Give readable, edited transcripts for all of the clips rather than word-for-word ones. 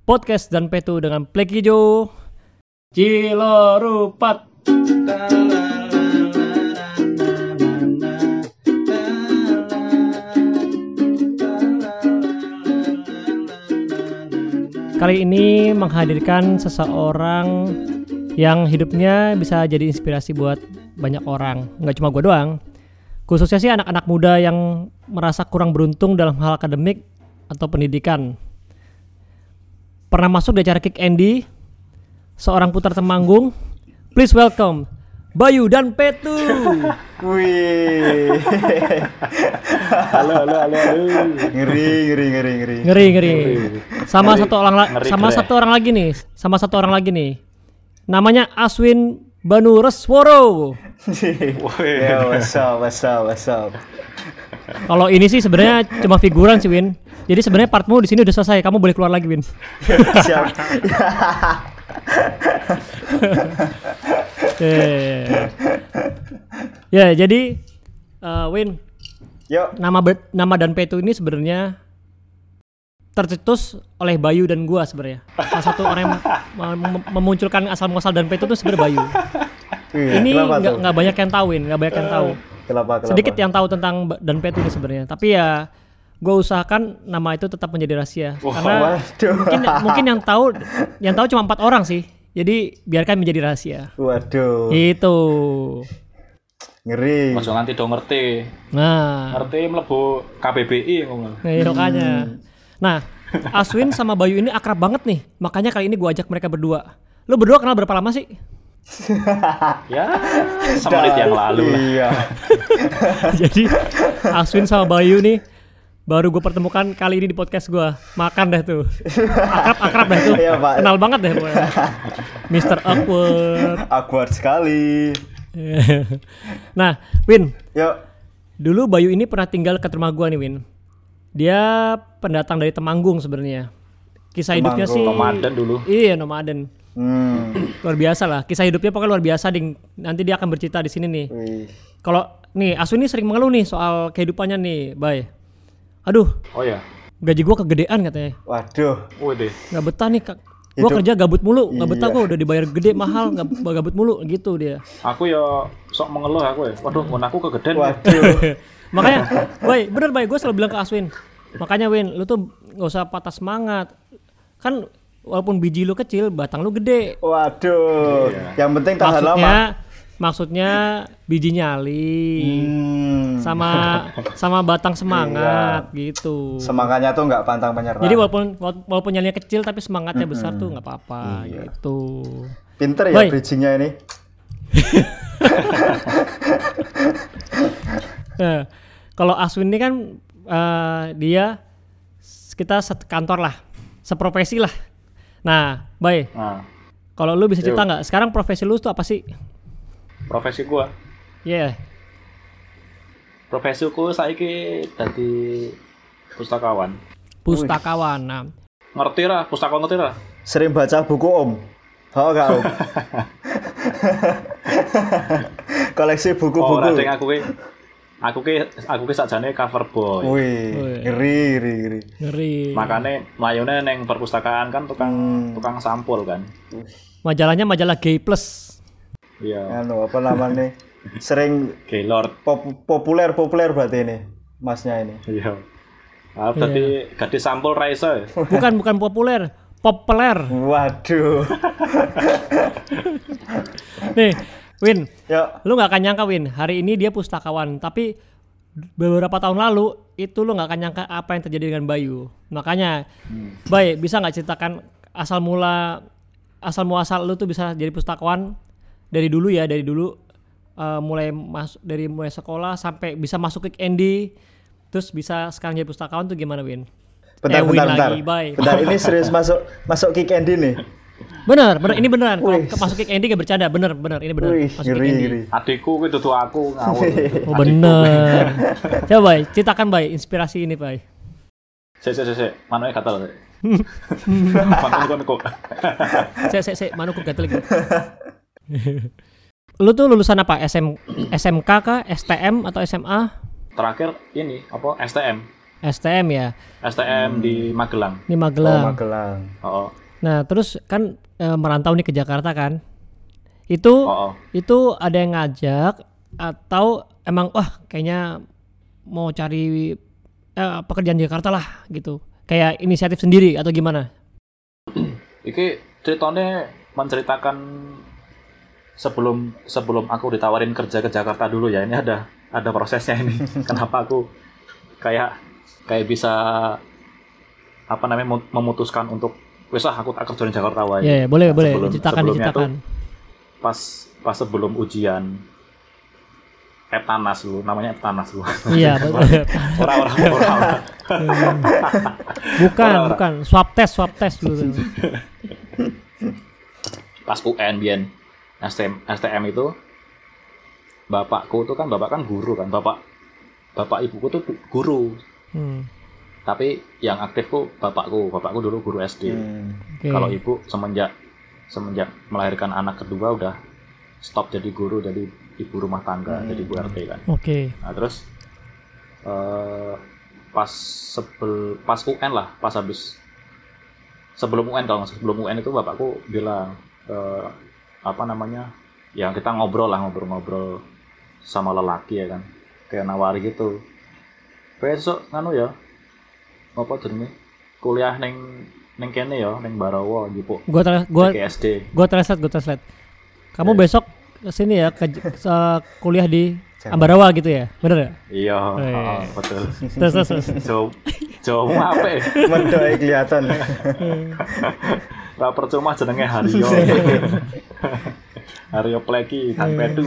Podcast dan Petu dengan Plekijo Cilorupat. Kali ini menghadirkan seseorang yang hidupnya bisa jadi inspirasi buat banyak orang. Nggak cuma gue doang. Khususnya sih anak-anak muda yang merasa kurang beruntung dalam hal akademik atau pendidikan. Pernah masuk di acara Kick Andy, seorang putar temanggung. Please welcome Bayu dan Petu. Wih. Halo. Ngeri. Sama satu orang lagi nih. Namanya Aswin Banuresworo. Ya, what's up. Kalau ini sih sebenarnya cuma figuran sih, Win. Jadi sebenarnya partmu di sini udah selesai. Kamu boleh keluar lagi, Win. Siap. Ya, jadi Win. Yuk. Nama dan Petu ini sebenarnya tercetus oleh Bayu dan gua sebenarnya. Salah satu orang yang memunculkan asal muasal dan Petu itu sebenarnya Bayu. Ini nggak banyak yang tahu, Win. Nggak banyak yang tahu. Kenapa? Sedikit yang tahu tentang dan Petu ini sebenarnya. Tapi ya gue usahakan nama itu tetap menjadi rahasia. Karena mungkin yang tahu cuma 4 orang sih. Jadi biarkan menjadi rahasia. Waduh. Itu. Ngeri. Masuk nanti dong ngerti. Nah. Ngerti mlebu KBBI ngomong. Makanya. Nah, Aswin sama Bayu ini akrab banget nih. Makanya kali ini gue ajak mereka berdua. Lo berdua kenal berapa lama sih? Ya, semenit yang lalu lah. Iya. Jadi Aswin sama Bayu nih baru gue pertemukan kali ini di podcast gue. Makan dah tuh. Akrab dah tuh. Iya, Pak. Kenal banget deh pokoknya. Mr. Awkward. Awkward sekali. Nah, Win. Yuk. Dulu Bayu ini pernah tinggal ke rumah gue nih, Win. Dia pendatang dari Temanggung sebenarnya. Kisah hidupnya sih nomaden dulu. Iya, nomaden. Luar biasa lah. Kisah hidupnya pokoknya luar biasa, Ding. Nanti dia akan bercerita di sini nih. Kalau nih Aswin ini sering mengeluh nih soal kehidupannya nih, Bay. Aduh. Oh ya. Gaji gua kegedean katanya. Waduh. Waduh. Nggak betah nih, Kak. Gua kerja gabut mulu, nggak betah gua udah dibayar gede mahal, nggak gabut mulu gitu dia. Aku ya sok mengeluh aku ya. Waduh, aku kegedean. Waduh. Makanya, bener Bay, gue selalu bilang ke Aswin. Makanya Win, lu tuh nggak usah patah semangat. Kan walaupun biji lu kecil, batang lu gede. Waduh. Iya. Yang penting tahan lama. Maksudnya biji nyali. Sama batang semangat gitu. Semangatnya tuh nggak pantang menyerah. Jadi walaupun nyalinya kecil tapi semangatnya besar tuh nggak apa-apa gitu. Pinter ya bridgingnya ini. Nah, kalau Aswin ini kan dia kita sekantor lah, seprofesi lah. Nah, Bay. Kalau lu bisa cerita nggak? Sekarang profesi lu tuh apa sih? Profesi gua. Iya. Yeah. Profesiku saiki dadi pustakawan. Nah. Ngerti lah, pustakawan ngerti lah. Sering baca buku Om. Oh enggak Om. Koleksi buku-buku. Ora sing aku ki sakjane cover boy. Wih, ngeri. Makane mlayune ning perpustakaan kan tukang sampul kan. Majalahnya majalah Gay Plus. Iya. Apa namanya? Sering Gaylord. Populer berarti ini masnya ini. Iya. Tapi gadis sampul ra iso. Bukan populer. Waduh. Nih, Win. Ya. Lu gak akan nyangka, Win. Hari ini dia pustakawan, tapi beberapa tahun lalu itu lu gak akan nyangka apa yang terjadi dengan Bayu. Makanya, Bay, bisa gak ceritakan asal muasal lu tuh bisa jadi pustakawan dari dulu mulai sekolah sampai bisa masuk Kick Andy, terus bisa sekarang jadi pustakawan tuh gimana, Win? Bentar. Bentar, ini serius masuk Kick Andy nih. Bener, ini beneran. Kalau masuk Kick Andy gak bercanda, bener, ini bener. Masuk Kick Andy. Adikku itu tuh aku ngawur. Oh bener. Coba Bay, ceritakan Bay, inspirasi ini Bay. Sik, manuke gatel. Sik, manuku gatel iki. Lu tuh lulusan apa? SMK kah? STM atau SMA? Terakhir ini apa STM. STM ya. STM di Magelang. Di Magelang. Oh, Magelang. Oh. Nah, terus kan merantau nih ke Jakarta kan. Itu ada yang ngajak atau emang kayaknya mau cari pekerjaan di Jakarta lah gitu. Kayak inisiatif sendiri atau gimana? Iki ceritanya menceritakan sebelum aku ditawarin kerja ke Jakarta dulu ya. Ini ada prosesnya ini. Kenapa aku kayak bisa memutuskan untuk aku tak kerja di Jakarta wae. Iya, boleh diceritakan. Pas sebelum ujian Eptanas lu, namanya Eptanas lu. Iya, betul. Orang. Bukan, swab test dulu. Pas UN biyen STM itu bapak kan guru kan, bapak ibuku tuh guru. Tapi yang aktif tuh bapakku dulu guru SD. Okay. Kalau ibu semenjak melahirkan anak kedua udah stop jadi guru, jadi ibu rumah tangga, jadi ibu RT kan. Oke. Okay. Nah terus pas UN lah, pas habis sebelum UN itu bapakku bilang yang kita ngobrol sama lelaki ya kan, kayak nawari gitu, besok ya apa jenenge kuliah neng kene ya, neng Barawa gitu. Gua translate. Kamu besok kesini ya kuliah di Ambarawa gitu ya, bener ya? Iya, betul. Terus. Jauh apa ya? Mendoe kelihatan. Lah percuma jenenge Haryo. Haryo Pleki Kang Pedu.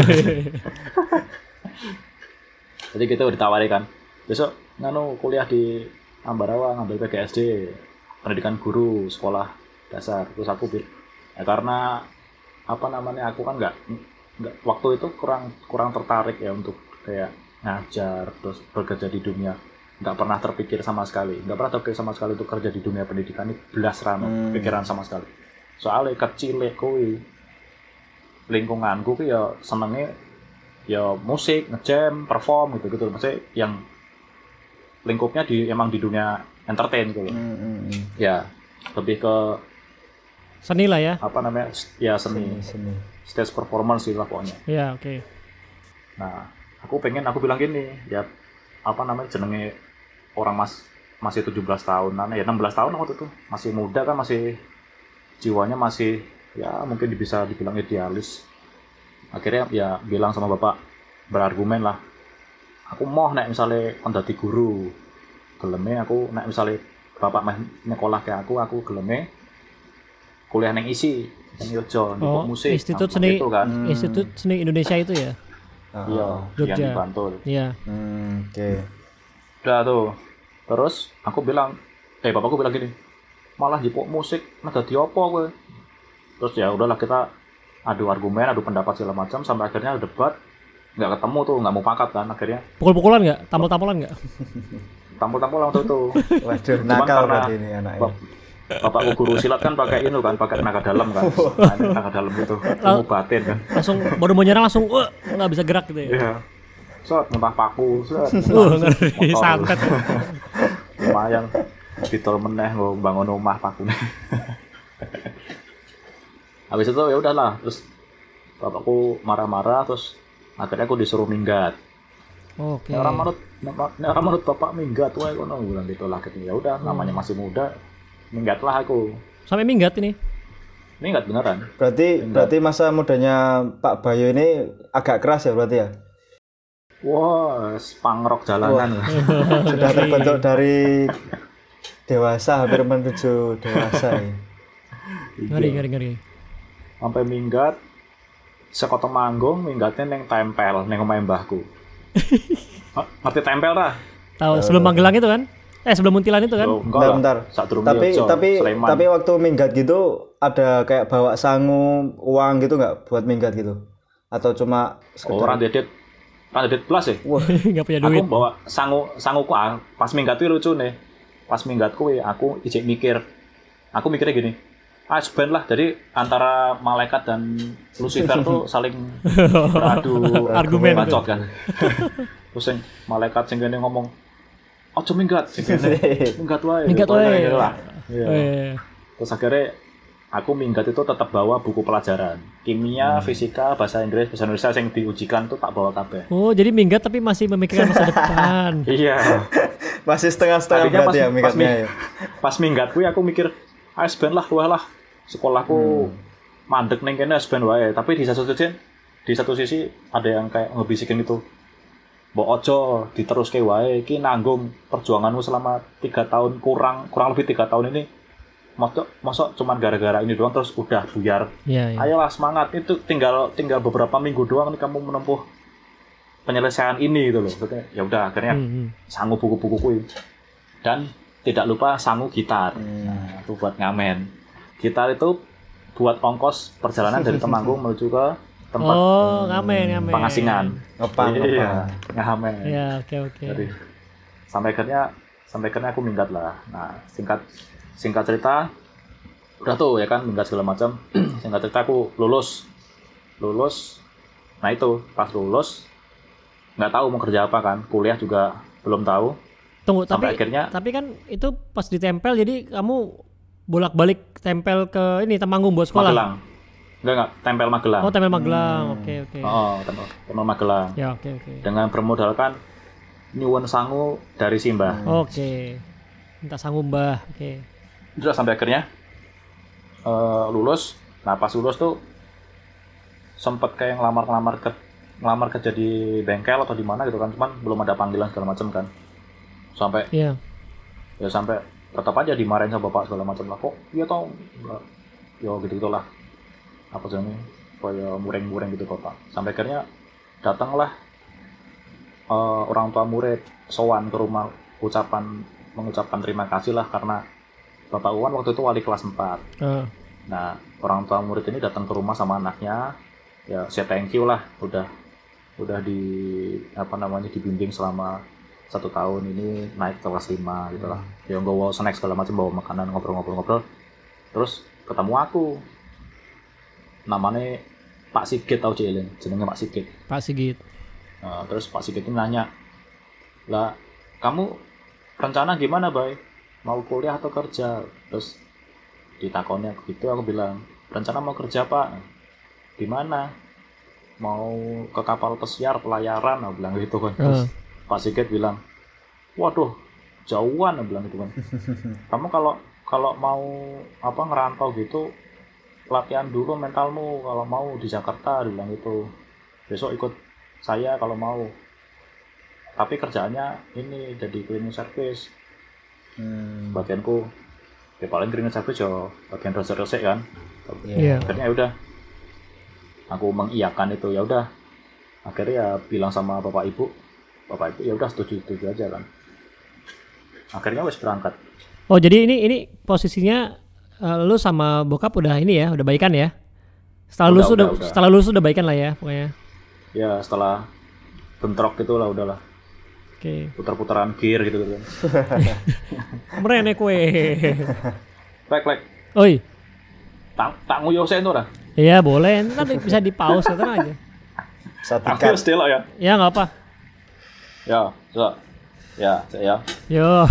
Jadi kita ditawari kan, besok kuliah di Ambarawa, ngambil PGSD, pendidikan guru sekolah dasar. Terus aku karena aku kan nggak waktu itu kurang tertarik ya untuk kayak ngajar terus bekerja di dunia, nggak pernah terpikir sama sekali untuk kerja di dunia pendidikan ini, belas rano pikiran sama sekali. Soalnya kecil kuwi lingkunganku ki ya senenge ya musik, ngejam, perform gitu maksudnya yang lingkupnya emang di dunia entertain gitu loh. Ya lebih ke seni lah ya. Ya seni. Stage performance gitu lah pokoknya. Iya, oke. Nah, aku bilang gini, ya jenenge orang masih 17 tahunan, ya 16 tahun waktu itu. Masih muda kan, masih jiwanya masih ya mungkin bisa dibilang idealis. Akhirnya ya bilang sama bapak, berargumen lah. Aku mau nek misalnya kon dadi guru. Geleme aku nek misalnya bapak meh nyekolah ke aku geleme kuliah neng isi yang Yojo di musik Institut Seni itu kan. Institut Seni Indonesia itu ya. Iya, yang di Bantul. Iya. Oke. Udah tuh. Terus aku bilang, bapakku bilang gini, malah jipok musik, nah dadi apa kowe? Terus ya udahlah kita adu argumen, adu pendapat segala macam sampai akhirnya debat, nggak ketemu tuh, nggak mau pakat kan akhirnya. Pukul-pukulan nggak? Tampol-tampolan nggak? Tampol-tampolan waktu itu. Waduh, nakal berarti ini anaknya. Bapakku guru silat kan pakai tenaga dalam kan. Tenaga dalam gitu, ilmu batin kan. Langsung baru mau nyerang langsung nggak bisa gerak gitu ya. Iya. Muntah paku, ngeri santet. Lumayan ditol meneh nggo bangun omah pakune. Habis itu ya udahlah, terus bapakku marah-marah, terus akhirnya aku disuruh minggat. Oke. Orang manut bapak minggat wae kono bilang gitu lah gitu. Ya udah, namanya masih muda, minggatlah aku. Sampai minggat ini. Minggat beneran. Berarti masa mudanya Pak Bayu ini agak keras ya berarti ya? Wah, pangrok jalanan. Sudah terbentuk dari dewasa, hampir menuju dewasa ya. Ngeri. Sampai minggat, sekoto manggung, minggatnya neng tempel, neng omahe mbahku. Ngerti tempel lah? Tahu sebelum Magelang itu kan? Sebelum Muntilan itu kan? Bentar. Tapi waktu minggat gitu ada kayak bawa sangu, uang gitu nggak buat minggat gitu? Atau cuma sekedar? Orang dedet plus ya? Wah, nggak punya duit. Aku bawa sanguku pas minggat itu lucu nih. Pas minggatku aku ijek mikir. Aku mikirnya gini. Sebenarnya lah, jadi antara malaikat dan Lucifer tuh saling beradu argumen bacot kan. Terus malaikat sing ngomong, ojo minggat wae. Minggat wae. Iya. Terus akhirnya aku minggat itu tetap bawa buku pelajaran. Kimia, fisika, bahasa Inggris, bahasa Indonesia yang diujikan tuh tak bawa kabeh. Oh, jadi minggat tapi masih memikirkan masa depan. Iya. Masih setengah-setengah berarti ya minggatnya ya. Pas minggat kuwi aku mikir, "Wes ben lah, luwih lah. Sekolahku mandek ning kene wes ben wae." Tapi di satu sisi ada yang kayak ngebisikin itu. Mbok ojo diteruske wae, iki nanggung perjuanganmu selama 3 tahun kurang lebih 3 tahun ini. Masuk cuman gara-gara ini doang terus udah buyar. Iya. Ayolah semangat, itu tinggal beberapa minggu doang nih kamu menempuh penyelesaian ini gitu loh. Ya udah akhirnya sangu buku-bukuku dan tidak lupa sangu gitar. Nah, itu buat ngamen. Gitar itu buat ongkos perjalanan dari Temanggung menuju ke tempat ngamen. pengasingan. Iya, ngamen. Iya, oke. Jadi sampai akhirnya aku minggat lah. Nah, singkat cerita udah tuh ya kan minggat segala macam. Singkat cerita aku lulus. Nah itu pas lulus nggak tahu mau kerja apa kan, kuliah juga belum tahu. Tunggu, sampai akhirnya tapi kan itu pas ditempel jadi kamu bolak-balik tempel ke ini Temanggung buat sekolah. Magelang. Enggak, tempel Magelang. Oh, tempel Magelang. Oke. Oh, tempel Magelang. Ya, oke. Dengan bermodalkan nyuwun sangu dari Simbah. Oke. Minta sangu Mbah. Oke. Udah sampai akhirnya lulus. Nah pas lulus tuh sempet kayak ngelamar kerja di bengkel atau di mana gitu kan, cuman belum ada panggilan segala macam kan. Sampai ya sampai tetap aja dimarahin sama bapak segala macam lah, kok iya tau yo gitu-gitulah apa namanya kayak mureng-mureng gitu bapak. Sampai akhirnya datanglah orang tua murid sowan ke rumah mengucapkan terima kasih lah karena Bapak Uwan waktu itu wali kelas 4. Nah, orang tua murid ini datang ke rumah sama anaknya. Ya, saya thank you lah udah dibimbing selama 1 tahun ini naik kelas 5 gitu lah. Ya bawa snack segala macam, bawa makanan, ngobrol-ngobrol. Terus ketemu aku. Namanya Pak Sigit, tau Cilin, jenenge Pak Sigit. Pak Sigit. Nah, terus Pak Sigit ini nanya, "Lah, kamu rencana gimana, Bay? Mau kuliah atau kerja?" Terus ditakonnya begitu, aku bilang rencana mau kerja Pak. Di mana? Mau ke kapal pesiar pelayaran, aku bilang gitu kan. Terus Pak Sigit bilang, waduh jauhan, aku bilang gitu kan. Kamu kalau mau ngerantau gitu latihan dulu mentalmu, kalau mau di Jakarta, dia bilang gitu. Besok ikut saya kalau mau. Tapi kerjaannya ini jadi cleaning service. Bagianku ya paling cleaning service ya bagian resek-resek kan. Akhirnya udah aku mengiyakan itu, ya udah akhirnya ya bilang sama bapak ibu ya udah setuju aja kan. Akhirnya wes berangkat. Oh jadi ini posisinya lu sama bokap udah ini ya, udah baikan ya? Setelah lulus udah baikan lah ya pokoknya. Ya setelah bentrok gitu lah udahlah. Oke. Putar-putaran gear gitu kan. Merene kue. Lek. Oi. Tak nguyuh sik ora? Iya, boleh. Nanti bisa di-pause tenang aja. Satu kan. Aku ya. Ya enggak apa. Ya, so. Ya. Yo.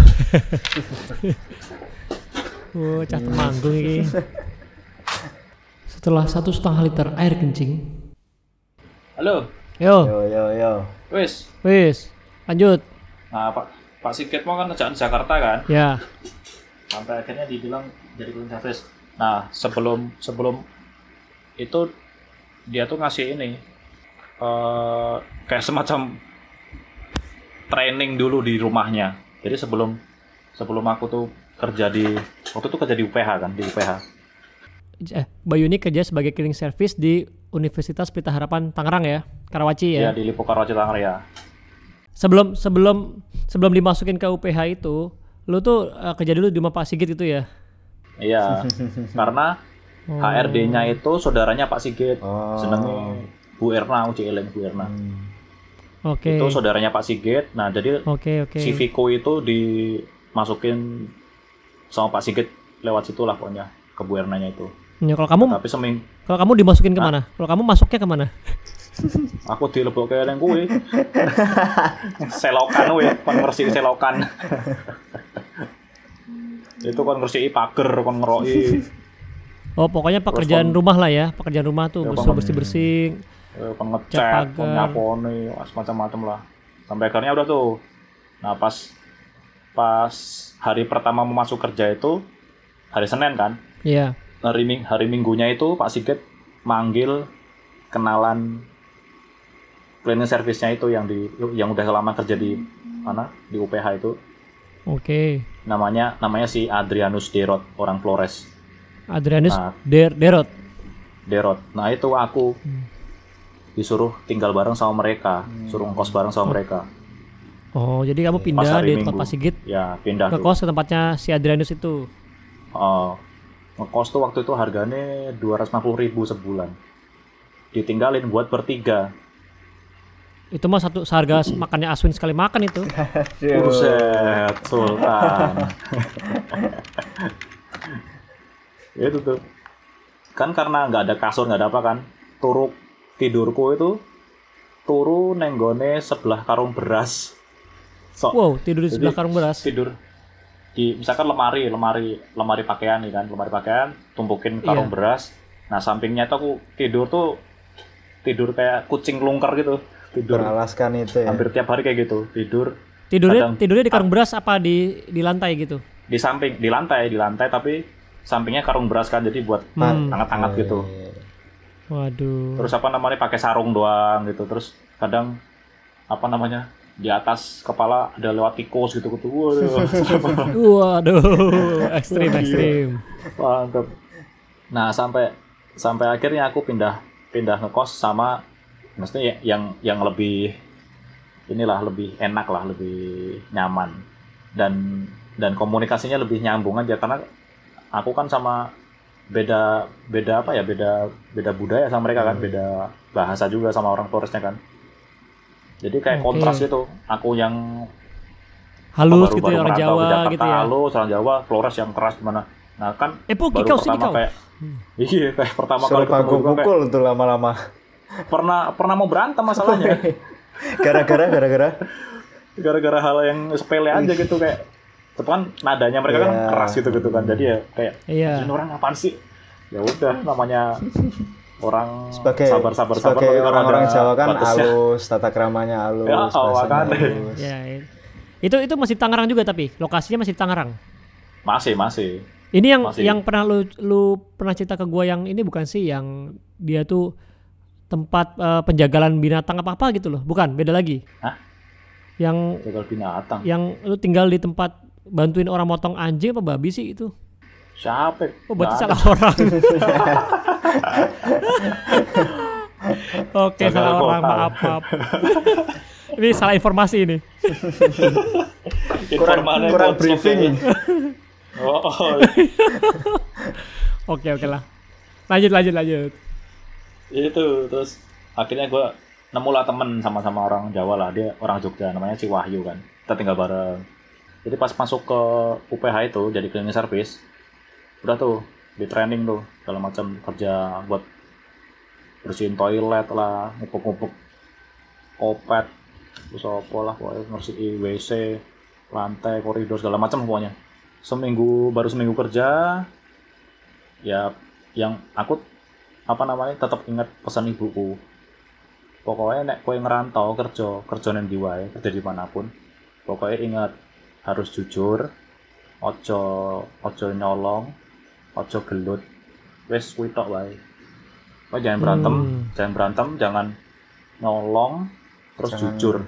Cah Temanggung iki. Setelah 1,5 liter air kencing. Halo. Yo. Wis. Lanjut. Nah, Pak Sigit mau kan kerjaan Jakarta kan? Ya. Sampai akhirnya dibilang jadi cleaning service. Nah, sebelum itu dia tuh ngasih ini kayak semacam training dulu di rumahnya. Jadi sebelum aku tuh kerja di UPH kan, di UPH. Bayu ini kerja sebagai cleaning service di Universitas Pelita Harapan Tangerang ya, Karawaci ya? Iya, di Lipo Karawaci Tangerang ya. Sebelum dimasukin ke UPH itu, lu tuh kerja dulu di rumah Pak Sigit itu ya? Iya, karena HRD-nya itu saudaranya Pak Sigit, senengnya Bu Erna, Bu Erna. Oke. Itu saudaranya Pak Sigit. Nah, jadi si Viko itu dimasukin sama Pak Sigit lewat situlah pokoknya ke Bu Ernanya itu. Ya, kalau kamu dimasukin kemana? Kalau kamu masuknya kemana? Aku dilebokke ning kuwi. Selokan we, kon ngresiki selokan. Itu kon ngresiki pager, kon ngeroki. Oh, pokoknya pekerjaan rumah lah ya, pekerjaan rumah tuh bersih-bersih. Kon ngecat, kon nyaponi, macam-macam lah. Sampai akhirnya udah tuh. Nah, pas hari pertama mau masuk kerja itu hari Senin kan? Iya. Hari Minggunya itu Pak Sigit manggil kenalan cleaning service-nya itu yang udah lama kerja di UPH itu. Oke. Namanya si Adrianus Derot, orang Flores. Adrianus Derot. Nah, itu aku disuruh tinggal bareng sama mereka, suruh ngekos bareng sama mereka. Oh, jadi kamu pindah di tempat Pak Sigit? Ya, pindah. Ngekos ke tempatnya si Adrianus itu. Oh, ngekos tuh waktu itu harganya 250.000 sebulan. Ditinggalin buat bertiga. Itu mah satu seharga makannya Aswin sekali makan itu. Buset, Sultan. Itu tuh. Kan karena nggak ada kasur, nggak ada apa kan. Tidurku itu turu nenggone sebelah karung beras. Wow, tidur di sebelah karung beras. Tidur di misalkan lemari pakaian nih kan, lemari pakaian tumpukin karung beras. Nah, sampingnya tuh aku tidur kayak kucing lungker gitu. Tidur beralaskan itu ya. Hampir tiap hari kayak gitu. Tidurnya di karung beras apa di lantai gitu? Di samping, di lantai tapi sampingnya karung beras kan, jadi buat hangat-hangat gitu. Waduh. Terus pakai sarung doang gitu. Terus kadang di atas kepala ada lewat tikus gitu. Waduh, ekstrim. Mantap. Nah, sampai akhirnya aku pindah ngekos sama, maksudnya yang lebih lebih enak lah, lebih nyaman dan komunikasinya lebih nyambung aja, karena aku kan sama beda budaya sama mereka kan, beda bahasa juga sama orang Floresnya kan. Jadi kayak kontras gitu. Aku yang halus gitu ya, orang Jawa Jakarta, gitu ya. halus, orang Jawa, Flores yang keras gimana. Nah kan baru pertama kayak kayak pertama kali ketemu pukul tuh lama-lama. Pernah mau berantem masalahnya. Gara-gara hal yang sepele aja gitu, kayak tapi kan nadanya mereka kan keras gitu kan. Jadi ya kayak ini orang apaan sih? Ya udah, namanya orang sabar sebagai orang-orang Jawa kan halus, tata kramanya halus, kan. Ya, itu masih di Tangerang juga, tapi lokasinya masih di Tangerang. Masih. Ini yang pernah lu pernah cerita ke gua, yang ini bukan sih yang dia tuh tempat penjagalan binatang apa gitu loh, bukan, beda lagi. Hah? Yang jagal binatang. Yang lu tinggal di tempat bantuin orang motong anjing apa babi sih itu? Siapa? Oh, berarti salah orang. Oke, salah orang, maaf. Ini salah informasi ini. kurang briefing. Oke lah. Lanjut. Itu terus akhirnya gue nemu lah temen sama orang Jawa lah, dia orang Jogja, namanya si Wahyu kan. Kita tinggal bareng. Jadi pas masuk ke UPH itu jadi cleaning service, udah tuh di training tuh segala macam kerja buat bersihin toilet lah, ngupuk kopet, terus apa lah, ngersihin WC, lantai, koridor, segala macam pokoknya. Baru seminggu kerja, ya yang aku tetap ingat pesan ibuku. Pokoknya nek kowe ngerantau kerja nang ndi wae, kerja dimanapun, pokoknya ingat harus jujur, ojo nyolong, ojo gelut, wes kuwi tok wae. Kowe jangan berantem, jangan nyolong, terus jujur.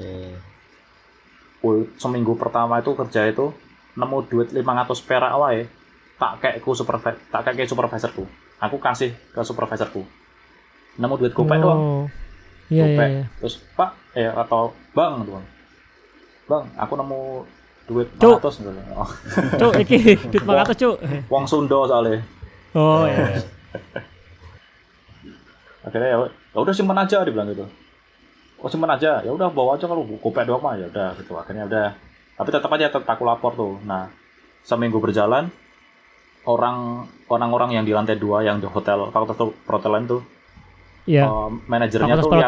Seminggu pertama itu kerja itu nemu duit 500 perak wae, tak kayak supervisorku. Aku kasih ke supervisorku. Nemu duit kopek doang. Iya. Terus Pak, atau Bang, aku nemu duit 500 gitu. Cuk, iki duit 500, Cuk. Wong Sunda soalnya. Oh iya. Akhirnya ya udah simpan aja, dibilang gitu. Oh, simpan aja. Ya udah bawa aja, kalau kopek doang mah ya udah gitu. Akhirnya udah. Tapi tetap aku lapor tuh. Nah, seminggu berjalan, orang-orang yang di lantai 2 yang di hotel, fakultas perhotelan tuh manajernya tuh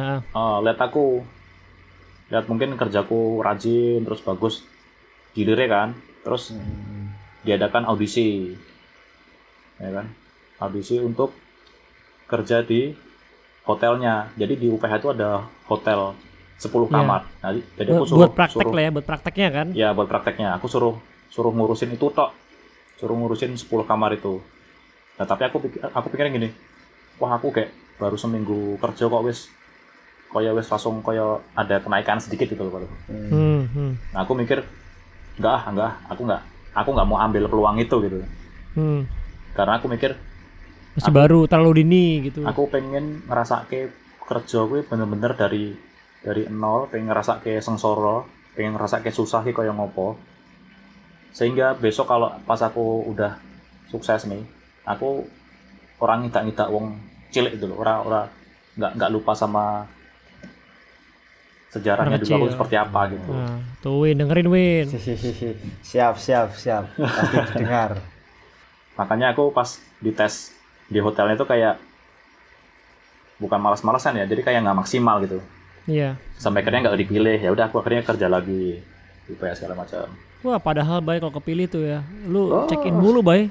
lihat mungkin kerjaku rajin terus bagus gilirnya kan, terus diadakan audisi, ya kan, audisi untuk kerja di hotelnya. Jadi di UPH itu ada hotel 10 kamar. Nah, jadi aku suruh buat praktek lah ya, buat prakteknya kan? Ya, buat prakteknya. Aku suruh ngurusin itu tok. Suruh ngurusin 10 kamar itu. Nah, tapi aku pikirin gini. Wah, aku kayak baru seminggu kerja kok wis langsung ada kenaikan sedikit gitu loh. Nah, aku mikir enggak, aku enggak mau ambil peluang itu gitu. Karena aku mikir masih baru, terlalu dini gitu. Aku pengen ngerasake kerja gue bener-bener dari nol, pengen ngerasake sengsara, pengen ngerasake susah ki kaya ngopo. Sehingga besok kalau pas aku udah sukses nih, aku orang ngidak wong cilik gitu loh, orang enggak lupa sama sejarahnya dulu aku seperti apa gitu. Nah, tuh Win, dengerin Win. Siap. Pasti dengar. Makanya aku pas dites di hotelnya itu kayak bukan malas-malasan ya, jadi kayak nggak maksimal gitu. Iya. Sampai akhirnya nggak dipilih, ya udah aku akhirnya kerja lagi di UPH segala macam. Wah, padahal baik kalau kepilih tuh ya, lu check in mulu bay,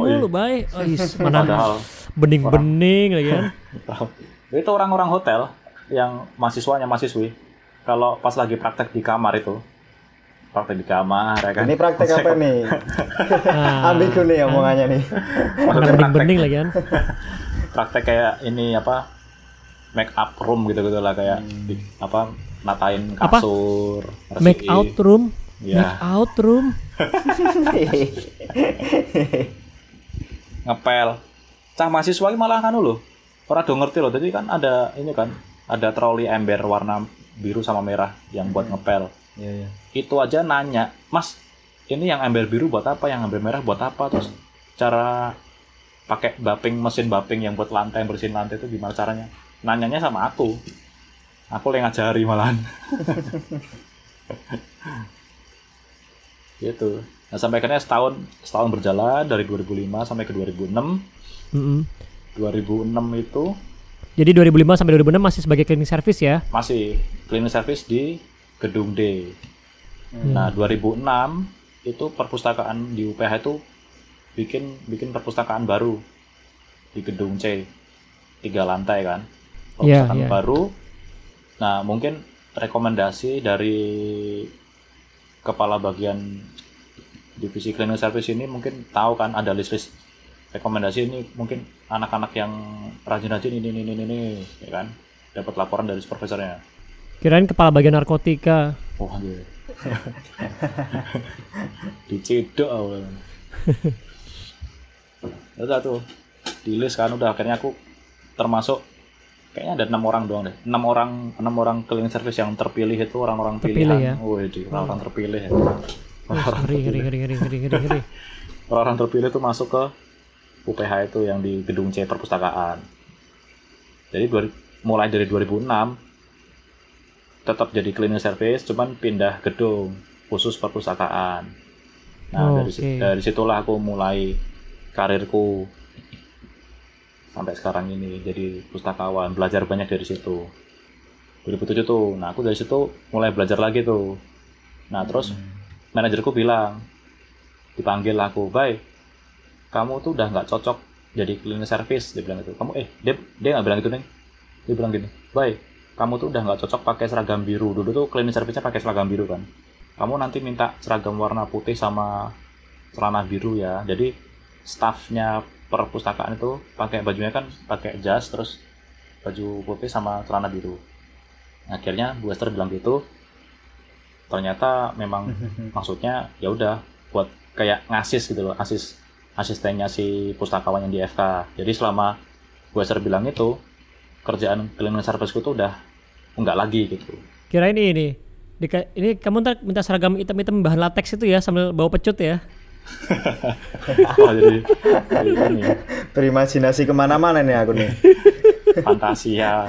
mana bening-bening lagi kan. Itu orang-orang hotel yang mahasiswi, kalau pas lagi praktek di kamar itu, praktek di kamar ya kan. Ini praktek apa nih? Ambigu nih omongannya nih. Bening-bening lagi kan. Praktek kayak ini apa? Make up room gitu-gitu lah kayak natain kasur, make out room. Ya. Make out room. Ngepel. Cah mahasiswa ini malah loh. Ora do ngerti loh. Jadi kan ada troli ember warna biru sama merah yang buat ngepel. Iya. Itu aja nanya, Mas, ini yang ember biru buat apa, yang ember merah buat apa, terus cara pakai mesin baping yang buat lantai, bersihin lantai itu gimana caranya? Nanyanya sama aku yang ngajari malahan. Gitu. Nah, sampai akhirnya setahun berjalan dari 2005 sampai ke 2006. 2006 itu. Jadi 2005 sampai 2006 masih sebagai cleaning service ya? Masih cleaning service di Gedung D. Nah, 2006 itu perpustakaan di UPH itu bikin perpustakaan baru di Gedung C. 3 lantai kan. Perpustakaan baru. Nah, mungkin rekomendasi dari kepala bagian divisi cleaning service ini mungkin tahu kan ada list rekomendasi ini, mungkin anak-anak yang rajin-rajin ini ya kan, dapat laporan dari supervisornya. Kirain kepala bagian narkotika. Oh iya. Diciduk awalnya. Udah tuh di list kan, udah akhirnya aku termasuk kayaknya ada 6 orang doang deh. 6 orang cleaning service yang terpilih itu orang-orang pilihan. Ya? Orang-orang terpilih ya. Ngeri. Orang-orang terpilih itu masuk ke UPH itu yang di Gedung C perpustakaan. Jadi mulai dari 2006 tetap jadi cleaning service, cuman pindah gedung khusus perpustakaan. Nah, dari situlah aku mulai karirku sampai sekarang ini jadi pustakawan, belajar banyak dari situ. 2007 tuh. Nah, aku dari situ mulai belajar lagi tuh. Nah, terus manajerku bilang, dipanggil aku, "Bay, kamu tuh udah nggak cocok jadi cleaning service," dia bilang gitu. Dia nggak bilang gitu, Neng. Dia bilang gini, "Bay, kamu tuh udah nggak cocok pakai seragam biru. Dulu tuh cleaning service-nya pakai seragam biru kan. Kamu nanti minta seragam warna putih sama celana biru ya. Jadi staffnya perpustakaan itu pakai bajunya kan pakai jas terus baju putih sama celana biru." Akhirnya Bu Esther bilang gitu. Ternyata memang maksudnya ya udah buat kayak ngasis gitu loh, asistennya si pustakawan yang di FK. Jadi selama Bu Esther bilang itu, kerjaan cleaning service-ku tuh udah enggak lagi gitu. Kirain ini kamu ntar minta seragam hitam-hitam bahan latex itu ya sambil bawa pecut ya. Jadi ini berimajinasi kemana-mana nih aku nih. Fantasia.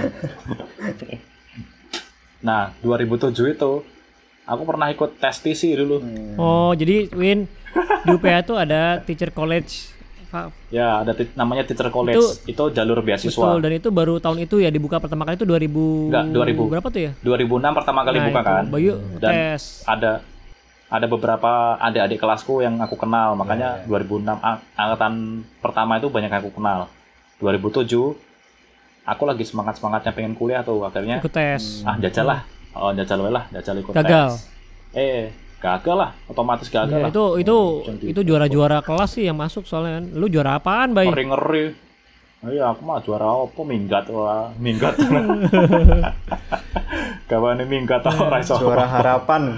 Nah, 2007 itu aku pernah ikut tes TC dulu. Oh, jadi Win di UPH itu ada teacher college Ya, ada namanya Teacher College. Itu jalur beasiswa. Betul, dan itu baru tahun itu ya dibuka pertama kali itu 2000. Enggak, 2000. Berapa tuh ya? 2006 pertama kali buka itu, kan. Bayu dan tes. ada beberapa adik-adik kelasku yang aku kenal, makanya 2006 angkatan pertama itu banyak yang aku kenal. 2007 aku lagi semangatnya pengen kuliah tuh, akhirnya ikut tes. Jajal lah. Jajal ikut gagal. tes. Gagal lah, otomatis gagal ya, lah. Itu juara-juara kelas sih yang masuk soalnya kan. Lu juara apaan, Bay? Ngeri. Iya, aku mah juara apa? Minggat. Kawane minggat ora iso. Juara harapan.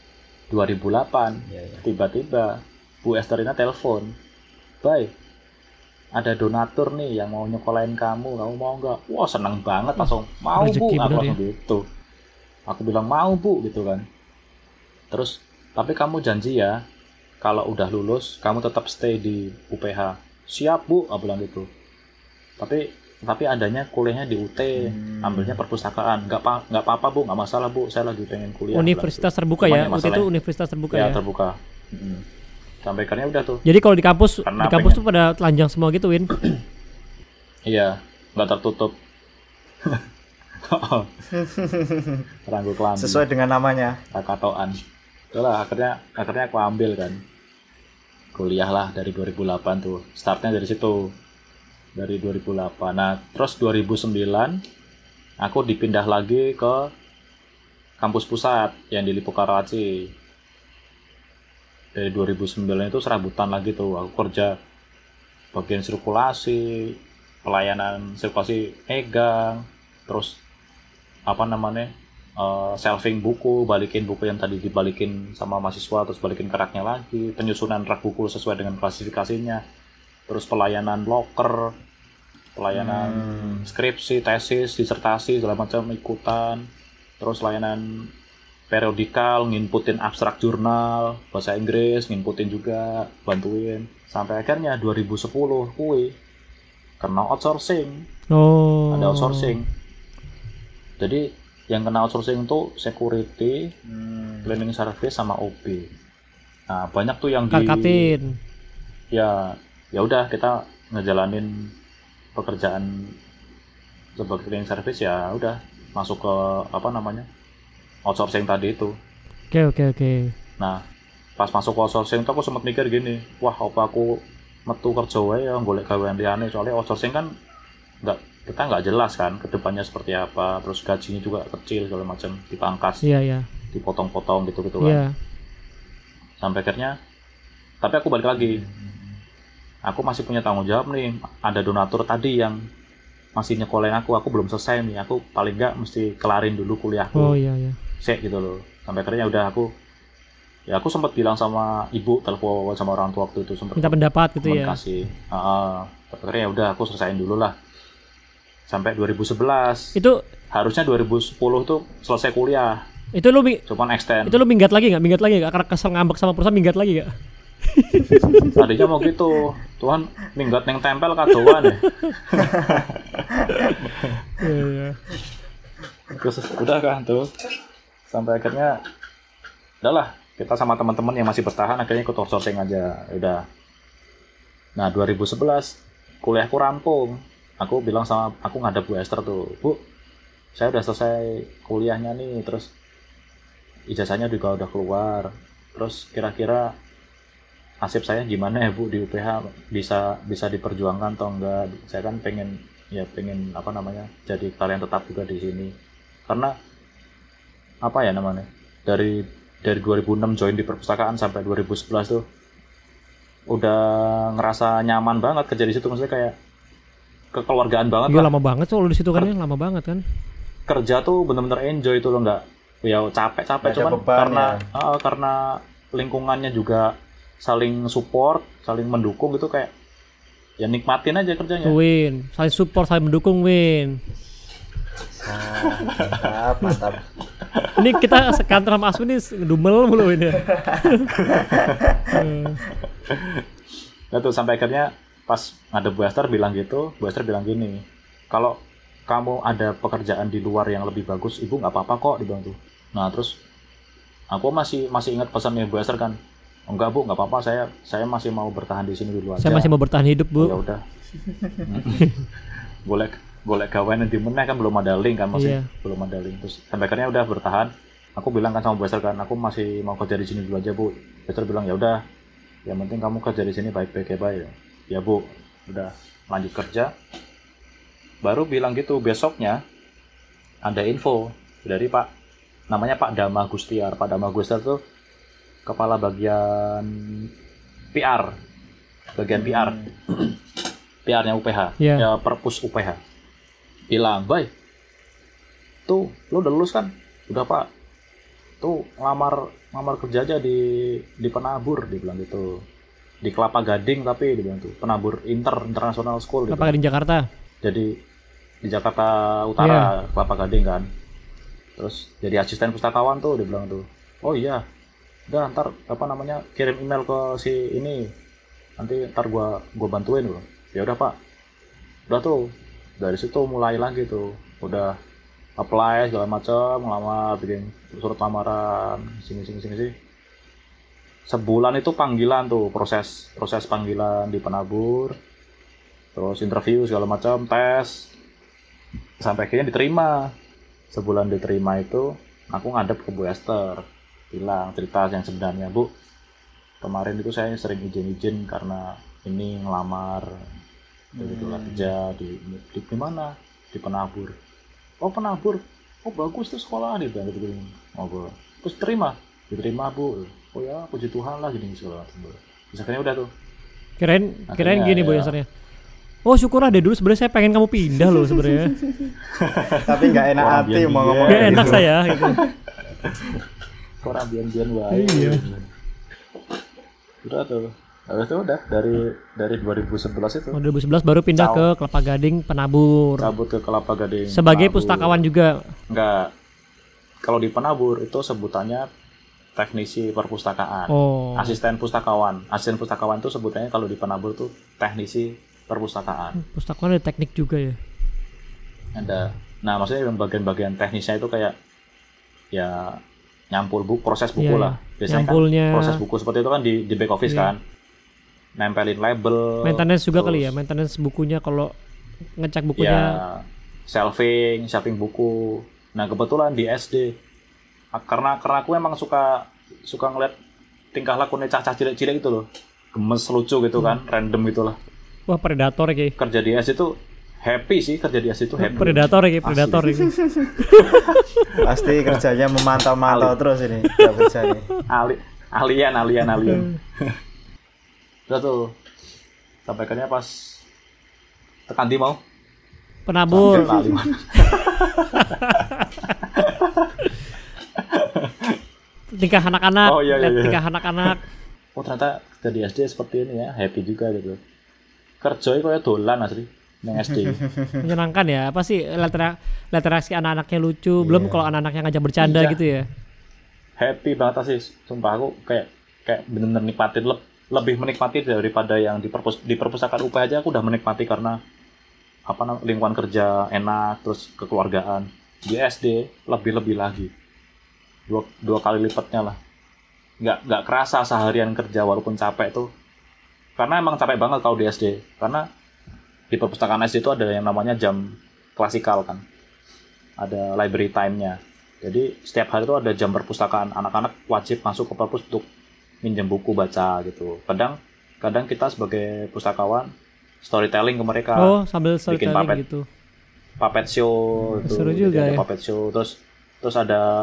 2008. Tiba-tiba Bu Esterina telepon. Bay, ada donatur nih yang mau nyekolahin kamu mau nggak? Wah, seneng banget langsung. Mau Bu, aku langsung gitu. Aku bilang mau Bu gitu kan. Terus, tapi kamu janji ya, kalau udah lulus, kamu tetap stay di UPH. Siap Bu, aku bilang gitu. Tapi adanya kuliahnya di UT, ambilnya perpustakaan. Nggak apa-apa Bu, nggak masalah Bu, saya lagi pengen kuliah. Universitas terbuka ya? UT itu universitas terbuka ya? Ya, terbuka. Sampai akhirnya udah tuh. Jadi kalau di kampus tuh pada telanjang semua gitu, Win? Iya, nggak tertutup. Ranggu kelambi. Sesuai dengan namanya. Kakatoan. Itulah akhirnya aku ambil kan. Kuliah lah dari 2008 tuh. Startnya dari situ. Dari 2008. Nah, terus 2009 aku dipindah lagi ke kampus pusat yang di Lipo Karawaci. Dari 2009 itu serabutan lagi tuh. Aku kerja bagian sirkulasi, pelayanan sirkulasi megang, terus shelving buku, balikin buku yang tadi dibalikin sama mahasiswa, terus balikin ke raknya lagi, penyusunan rak buku sesuai dengan klasifikasinya, terus pelayanan locker, pelayanan skripsi, tesis, disertasi, segala macam ikutan, terus layanan periodikal, nginputin abstrak jurnal, bahasa Inggris, nginputin juga, bantuin, sampai akhirnya 2010 kui kena outsourcing. Ada outsourcing. Jadi yang kena outsourcing itu security, cleaning service sama OB. Nah, banyak tuh yang Karkatin. Ya udah kita ngejalanin pekerjaan sebagai cleaning service ya udah masuk ke outsourcing tadi itu. Oke. Nah, pas masuk ke outsourcing itu aku sempat mikir gini, wah apa aku metu kerja wae ya golek gawean liyane, soalnya outsourcing kan kita nggak jelas kan kedepannya seperti apa, terus gajinya juga kecil segala macam, dipangkas, dipotong-potong gitu kan. Sampai akhirnya, tapi aku balik lagi, aku masih punya tanggung jawab nih, ada donatur tadi yang masih nyekolahin aku belum selesai nih, aku paling nggak mesti kelarin dulu kuliahku, sek gitu loh. Sampai akhirnya udah aku sempat bilang sama ibu, telepon sama orang tua waktu itu, sempat minta pendapat gitu ya. Akhirnya udah aku selesaiin dulu lah. Sampai 2011. Itu harusnya 2010 tuh selesai kuliah. Itu lu cuman extend. Itu lu minggat lagi nggak? Karena kesel ngambek sama perusahaan, minggat lagi nggak? Tadinya mau gitu. Tuhan minggat yang tempel kadoan ya. Terus udah kan tuh. Sampai akhirnya udahlah, kita sama teman-teman yang masih bertahan akhirnya ikut outsourcing aja. Udah. Nah, 2011 kuliahku rampung. Aku bilang aku ngadep Bu Esther tuh, Bu, saya udah selesai kuliahnya nih, terus ijazahnya juga udah keluar, terus kira-kira nasib saya gimana ya Bu di UPH, bisa diperjuangkan atau enggak? Saya kan pengen jadi kalian tetap juga di sini, karena dari 2006 join di perpustakaan sampai 2011 tuh udah ngerasa nyaman banget kerja di situ, maksudnya kayak kekeluargaan banget. Iya, lama banget tuh lu di situ kan, lama banget kan. Kerja tuh bener-bener enjoy tuh lo, nggak ya capek cuman karena lingkungannya juga saling support, saling mendukung gitu, kayak ya nikmatin aja kerjanya. Win, saling support, saling mendukung, Win. Mantap. Ini kita sekantor sama Aswin nih ngedumel mulu ini. Nah tuh sampai akhirnya pas ada Bu Esther bilang gitu, Bu Esther bilang gini, kalau kamu ada pekerjaan di luar yang lebih bagus, Ibu nggak apa-apa kok, dibilang tuh. Nah terus aku masih ingat pesannya Bu Esther kan, Enggak Bu, nggak apa-apa, saya masih mau bertahan di sini dulu aja. Saya masih mau bertahan hidup Bu. Ya udah. Golek gawean di meneh kan belum ada link kan, masih belum ada link. Terus sampai akhirnya udah bertahan. Aku bilang kan sama Bu Esther kan, aku masih mau kerja di sini dulu aja Bu. Bu Esther bilang ya udah, yang penting kamu kerja di sini baik-baik ya baik. Ya Bu, udah lanjut kerja. Baru bilang gitu, besoknya ada info dari namanya Pak Dama Gustiar. Pak Dama Gustiar tuh kepala bagian PR, PR-nya UPH, ya Perpus UPH. Bilang, "Bay, tuh lu udah lulus kan? Udah Pak, tuh ngamar kerja aja di Penabur," dibilang gitu. Di Kelapa Gading tapi dibilang tuh Penabur International School. Kelapa Gading Jakarta. Jadi di Jakarta Utara, Kelapa Gading kan. Terus jadi asisten pustakawan tuh dibilang tuh. "Oh iya, udah ntar kirim email ke si ini, nanti ntar gua bantuin loh." Ya udah Pak, udah tuh dari situ mulai lagi tuh, udah apply segala macam, ngelamar, bikin surat lamaran, sini. Sebulan itu panggilan tuh, proses panggilan di Penabur, terus interview segala macam, tes, sampai akhirnya diterima. Sebulan diterima itu, aku ngadep ke Bu Esther, bilang cerita yang sebenarnya, "Bu, kemarin itu saya sering izin karena ini ngelamar dari kerja di mana, di Penabur." "Oh Penabur, oh bagus tuh sekolah," dia bilang gitu. "Oh terus diterima Bu." "Oh ya puji Tuhan lah gini segala macam." Terus akhirnya udah tuh. Kirain gini Bu Esthernya. "Oh syukur deh, dulu sebenarnya saya pengen kamu pindah loh sebenarnya." Tapi nggak enak hati mau ngomong. Nggak enak gitu. Saya gitu. Orang bian baik. Iya. Udah tuh. Habis itu udah dari 2011 itu. 2011 baru pindah ke Kelapa Gading Penabur. Cabut ke Kelapa Gading. Sebagai Penabur. pustakawan juga. Enggak. Kalau di Penabur itu sebutannya teknisi perpustakaan. Oh. Asisten pustakawan. Asisten pustakawan itu sebutannya kalau di Penabur tuh teknisi perpustakaan. Pustakawan ada teknik juga ya? Ada. Nah, maksudnya yang bagian-bagian teknisnya itu kayak ya nyampul buku, proses buku lah. Biasanya nyampulnya. Kan proses buku seperti itu kan di back office kan. Nempelin label. Maintenance juga kali ya, maintenance bukunya kalau ngecek bukunya. Ya, shelving buku. Nah, kebetulan di SD karena aku emang suka ngeliat tingkah lakunya cacah cilik-cilik gitu loh. Gemes, lucu gitu kan, random gitulah. Wah, predator ya. Kerja di SD itu happy sih, kerja di SD itu happy. Predator ya. Pasti kerjanya memantau terus ini, enggak kerja nih. Alien. Udah tuh. Sampai akhirnya pas tekan di mau Penabur. Tingkah anak-anak. Oh iya. Tingkah anak-anak. Oh ternyata jadi SD seperti ini ya, happy juga gitu. Kerjanya kayak dolan asli nang SD. Menyenangkan ya. Apa sih literasi anak-anaknya lucu, belum kalau anak-anaknya ngajak bercanda gitu ya. Happy banget sih, sumpah aku kayak bener-bener nikmatin lebih menikmati daripada yang di perpustakaan UPH aja. Aku udah menikmati karena lingkungan kerja enak, terus kekeluargaan. Di SD lebih lagi, dua kali lipatnya lah. Nggak kerasa seharian kerja walaupun capek tuh, karena emang capek banget kalau di SD. Karena di perpustakaan SD itu ada yang namanya jam klasikal kan, ada library time-nya. Jadi setiap hari itu ada jam perpustakaan, anak-anak wajib masuk ke perpus untuk minjem buku baca gitu. Kadang kita sebagai pustakawan storytelling ke mereka. Oh, sambil storytelling gitu. Puppet show itu. Seru juga ya. Puppet show. Terus ada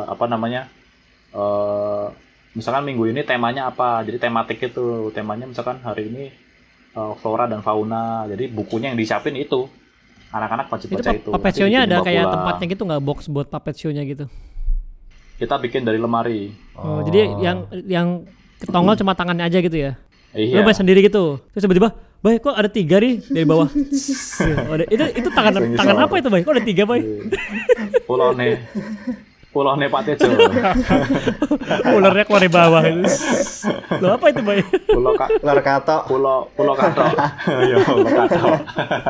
misalkan minggu ini temanya apa. Jadi tematik itu. Temanya misalkan hari ini flora dan fauna. Jadi bukunya yang disiapin itu. Anak-anak wajib baca itu. Puppet show-nya ada kayak tempatnya gitu nggak, box buat puppet show-nya gitu? Kita bikin dari lemari. Oh, jadi yang ketongol cuma tangannya aja gitu ya? Iya. Lu main sendiri gitu. Terus tiba-tiba, "Bay, kok ada 3 nih dari bawah?" itu tangan apa itu, Bay? Kok ada 3, Bay? Pulone Pak Tejo. Ularnya keluar dari bawah itu. Lo apa itu, Bay? Ular katok. Pulau katok. Iya, pulau katok.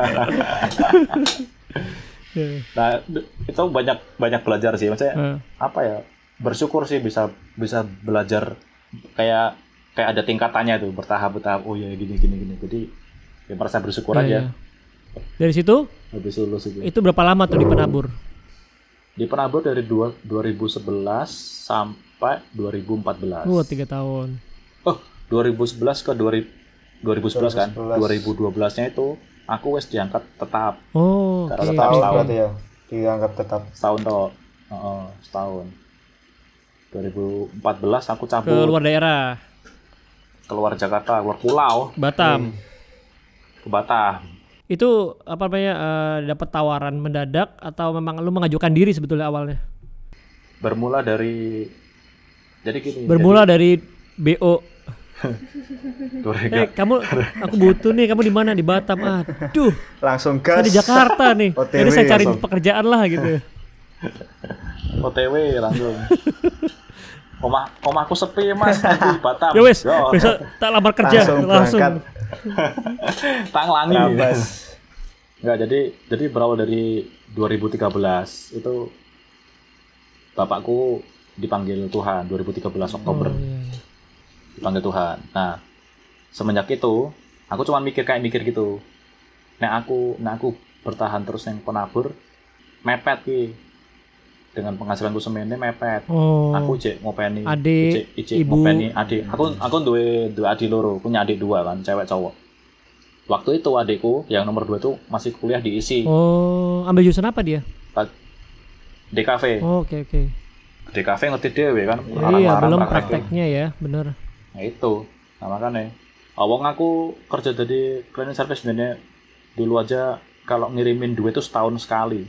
Nah, itu banyak belajar sih. Maksudnya apa ya? Bersyukur sih bisa belajar kayak kayak ada tingkatannya tuh, bertahap. Oh ya gini. Jadi ya merasa bersyukur aja. Iya. Dari situ Habis lulus itu berapa lama tuh di penabur? Di penabur dari 2011 sampai 2014. 3 tahun. 2011 ke 2011 kan. 2012-nya itu aku wis diangkat tetap. Oke. Setahun berarti ya. Diangkat tetap. Setahun toh. Setahun. 2014 aku cabut. Ke luar daerah. Keluar Jakarta, keluar pulau. Batam. Ke Batam. Itu apa namanya dapat tawaran mendadak atau memang lu mengajukan diri sebetulnya awalnya? Bermula dari dari BO. Kamu aku butuh nih, kamu di mana? Di Batam. Aduh. Langsung gas. Saya di Jakarta nih. Jadi saya cari pekerjaan lah gitu. OTW langsung. Omahku sepi Mas di Batam. Ya wes, besok tak lamar kerja langsung. Tanglangi. Enggak, jadi berawal dari 2013 itu bapakku dipanggil Tuhan 2013 Oktober. Dipanggil Tuhan. Nah, semenjak itu aku cuma mikir gitu. Nek aku bertahan terus yang penabur mepet ki. Dengan penghasilanku semene mepet. Aku cek ngopeni adik, ibu. Ngopeni adik. Aku duwe adik loro, punya adik 2 kan, cewek cowok. Waktu itu adikku yang nomor 2 itu masih kuliah di ISI. Ambil jurusan apa dia? DKV. Oke. DKV ngerti dhewe kan. Iya, belum prakteknya ya, bener. Nah itu, makanya awang aku kerja jadi cleaning service sebenarnya dulu aja kalau ngirimin duit itu setahun sekali.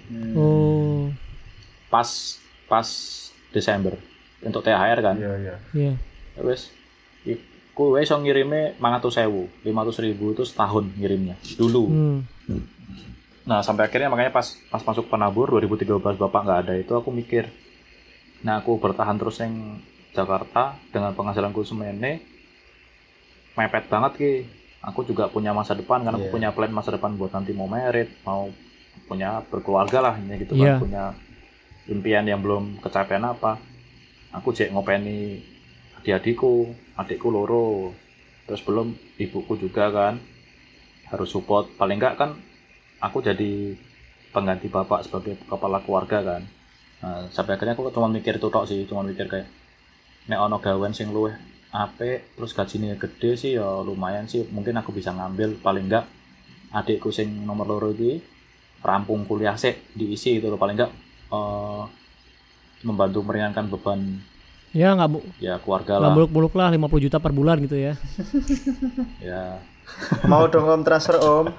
Pas Desember untuk THR kan. Iya. Wes iku wis iso ngirime 500.000 itu setahun ngirimnya dulu. Nah, sampai akhirnya makanya pas masuk penabur 2013 bapak nggak ada itu aku mikir. Nah, aku bertahan terus yang Jakarta dengan penghasilanku semene mepet banget ki. Aku juga punya masa depan kan, aku punya plan masa depan buat nanti mau merit, mau punya berkeluarga lah gitu kan, punya impian yang belum kecapean apa. Aku cek ngopeni adikku loro. Terus belum ibuku juga kan. Harus support. Paling enggak kan aku jadi pengganti bapak sebagai kepala keluarga kan. Nah, sampai akhirnya aku cuma mikir itu tok sih, cuma mikir kayak nek ono gawean sing luwih apik terus gajinya gede sih ya lumayan sih, mungkin aku bisa ngambil. Paling enggak adikku sing nomor loro iki rampung kuliah sik diisi itu loh, paling enggak membantu meringankan beban ya keluarga lah. Muluk-muluk lah 50 juta per bulan gitu ya. Ya. Mau dong om transfer om.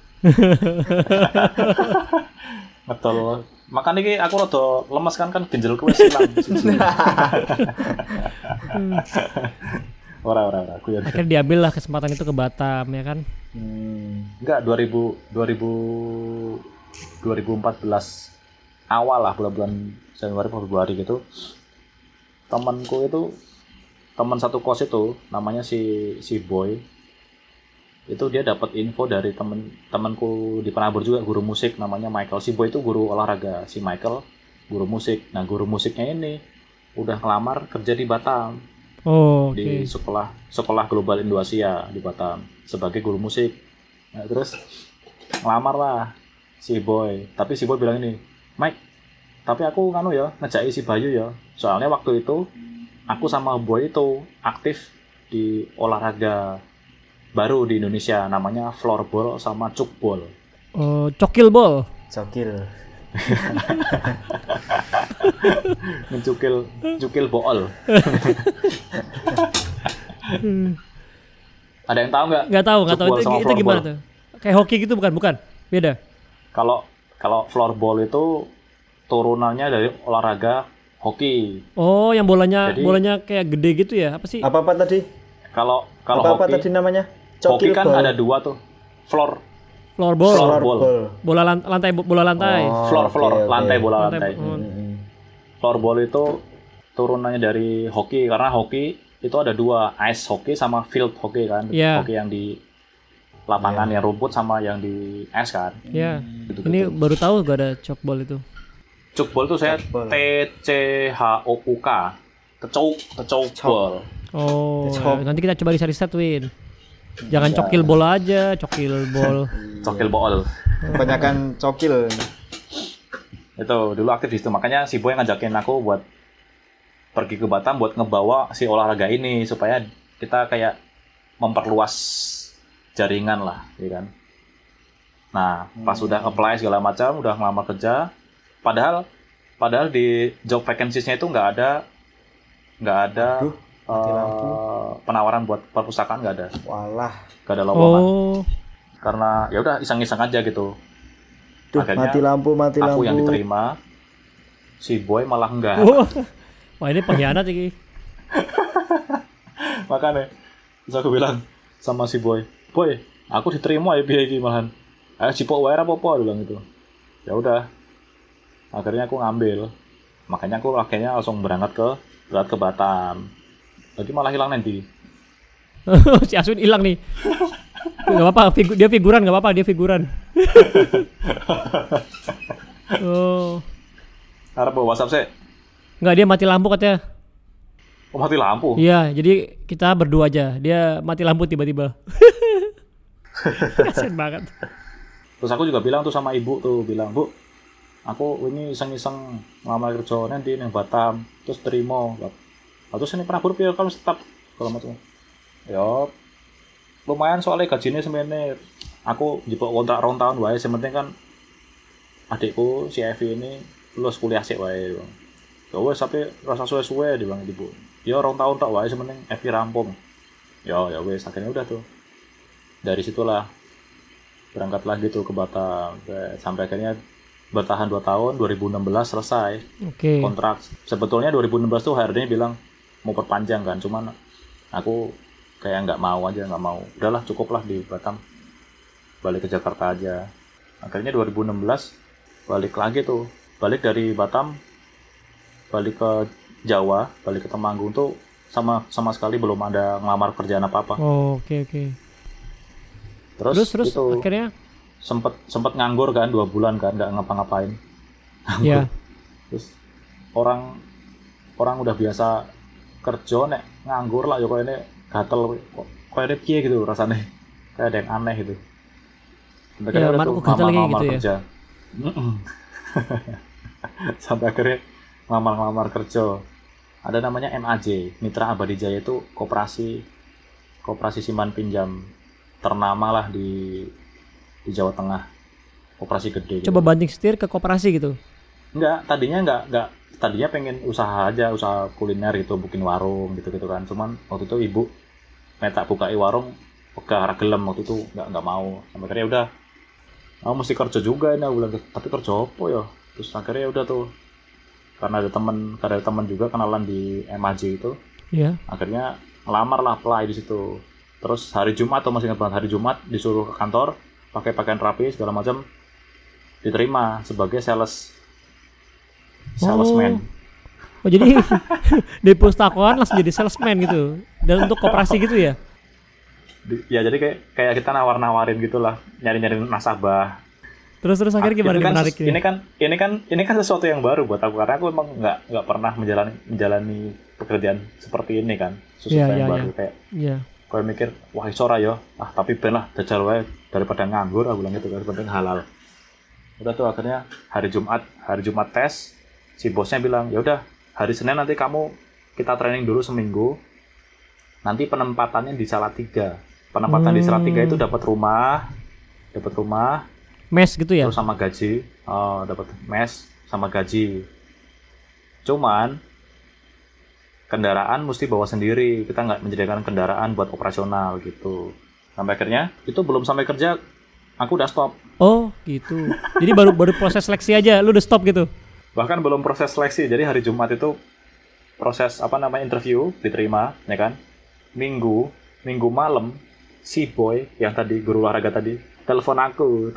Betul. Makanya ini aku rada lemes kan ginjalku wis ilang. Ora aku ya. Akhirnya diambil lah kesempatan itu ke Batam ya kan. Enggak, 2014 awal lah, bulan Januari Februari gitu. Teman satu kos itu namanya si Boy. Itu dia dapat info dari temanku di penabur juga, guru musik namanya Michael. Si Boy itu guru olahraga, si Michael guru musik. Nah, guru musiknya ini udah ngelamar kerja di Batam. Di sekolah Global Indoasia di Batam sebagai guru musik. Nah, terus ngelamar lah si Boy. Tapi si Boy bilang ini, "Mike, tapi aku ngejai si Bayu ya. Soalnya waktu itu aku sama Boy itu aktif di olahraga baru di Indonesia namanya floorball sama cukball." Cokil ball. Mencukil bool. Ada yang tahu nggak? Nggak tahu itu gimana tuh? Kayak hoki gitu bukan? Beda. Kalau floorball itu turunannya dari olahraga hoki. Yang bolanya kayak gede gitu ya? Apa sih? Apa tadi? Kalau apa tadi namanya? Hoki kan ada 2 tuh. Floorball. Bola lantai. Floor, lantai bola lantai. Floorball itu turunannya dari hoki, karena hoki itu ada 2, ice hoki sama field hoki kan. Hoki yang di lapangan yang rumput sama yang di es kan. Iya. Ini baru tahu gak ada chalkball itu. Chalkball itu saya TCHOUK. bol. Oh, nanti kita coba riset Win. Jangan cokil bola aja, cokil bol. Cokil bol. Kebanyakan cokil. Itu dulu aktif di situ, makanya si Boy ngajakin aku buat pergi ke Batam buat ngebawa si olahraga ini supaya kita kayak memperluas jaringan lah, ya kan. Nah, pas udah apply segala macam, udah ngelamar kerja, padahal di job vacancies-nya itu nggak ada penawaran buat perpustakaan, nggak ada. Walah, nggak ada lowongan. Karena ya udah iseng-iseng aja gitu. Duh, akhirnya mati lampu. Aku yang diterima, si Boy malah enggak. Wah, ini pengkhianat ini. Makanya terus aku bilang sama si Boy, aku diterima ya biaya malahan. Cipok wae apa-apa bilang gitu. Ya udah. Akhirnya aku ngambil. Makanya aku akhirnya langsung berangkat ke Batam. Jadi malah hilang nanti. Si Aswin hilang nih. Gak apa-apa, dia figuran. Oh. Harap bawa WhatsApp sih. Enggak, dia mati lampu katanya. Oh, mati lampu? Iya, jadi kita berdua aja. Dia mati lampu tiba-tiba. Kasian banget. Terus aku juga bilang tuh sama ibu tuh, bilang, Bu, aku ini iseng-iseng ngelamar kerja nanti di Batam, terus terima. Terus ini pernah berpikir kan tetap kalau macam. Ya, lumayan soalnya gajinya sebenarnya. Aku jebok kontrak rong tahun wae, sementing kan adikku si Evi ini lulus kuliah sik wae. Ya wes sampai rasa suwe-suwe dibilang ibu. Ya rong tahun tak wae sementing Evi rampung. Ya wes akhirnya udah tuh. Dari situlah berangkat lagi tuh ke Batam sampai akhirnya bertahan 2 tahun, 2016 selesai. Kontrak. Sebetulnya 2016 tuh HRD bilang mau perpanjang kan, cuman aku kayak nggak mau. Udahlah cukuplah di Batam. Balik ke Jakarta aja. Akhirnya 2016 balik lagi tuh. Balik dari Batam, balik ke Jawa, balik ke Temanggung tuh sama sekali belum ada ngelamar kerjaan apa-apa. Oh, oke. Terus itu akhirnya sempet nganggur kan 2 bulan kan, nggak ngapa-ngapain. Iya. Terus orang udah biasa kerja nek nganggur lah, ya kok ini gatel, kok ini piye gitu rasanya, kayak ada yang aneh gitu. Ya, mana kok gatel lagi gitu kerja. Sampai akhirnya ngelamar kerja. Ada namanya MAJ, Mitra Abadi Jaya, itu koperasi simpan pinjam ternama lah di Jawa Tengah, koperasi gede. Coba banting setir ke koperasi gitu? Enggak, tadinya pengen usaha aja, usaha kuliner gitu, bikin warung gitu kan. Cuman waktu itu ibu minta bukai warung, pegah gelem waktu itu nggak mau. Sampai akhirnya udah, mesti kerja juga ini, aku bilang, tapi kerja apa ya? Terus akhirnya udah tuh, karena ada teman juga kenalan di MAJ itu. Iya. Akhirnya ngelamar lah, apply di situ. Terus hari Jumat, atau masih ingat banget, hari Jumat disuruh ke kantor, pakai pakaian rapi segala macam, diterima sebagai salesman. Oh jadi di pustakaan langsung jadi salesman gitu, dan untuk koperasi gitu ya? Ya jadi kayak kita nawarin gitulah, nyari nasabah. Terus akhirnya gimana menariknya? Ini kan sesuatu yang baru buat aku, karena aku emang nggak pernah menjalani pekerjaan seperti ini kan, sesuatu yang baru kayak. Kayak mikir, wah isora ya, tapi ben lah jajal wae daripada nganggur, aku bilang gitu kan, penting halal. Udah tuh akhirnya hari Jumat tes, si bosnya bilang, ya udah hari Senin nanti kita training dulu seminggu, nanti penempatannya di Salatiga. Di Salatiga itu dapat rumah, mes gitu ya? Terus sama gaji, dapat mes sama gaji. Cuman kendaraan mesti bawa sendiri, kita nggak menyediakan kendaraan buat operasional gitu. Sampai akhirnya itu belum sampai kerja, aku udah stop. Oh gitu. Jadi baru proses seleksi aja, lu udah stop gitu? Bahkan belum proses seleksi, jadi hari Jumat itu proses interview, diterima, ya kan? Minggu malam si Boy yang tadi guru olahraga tadi telepon aku,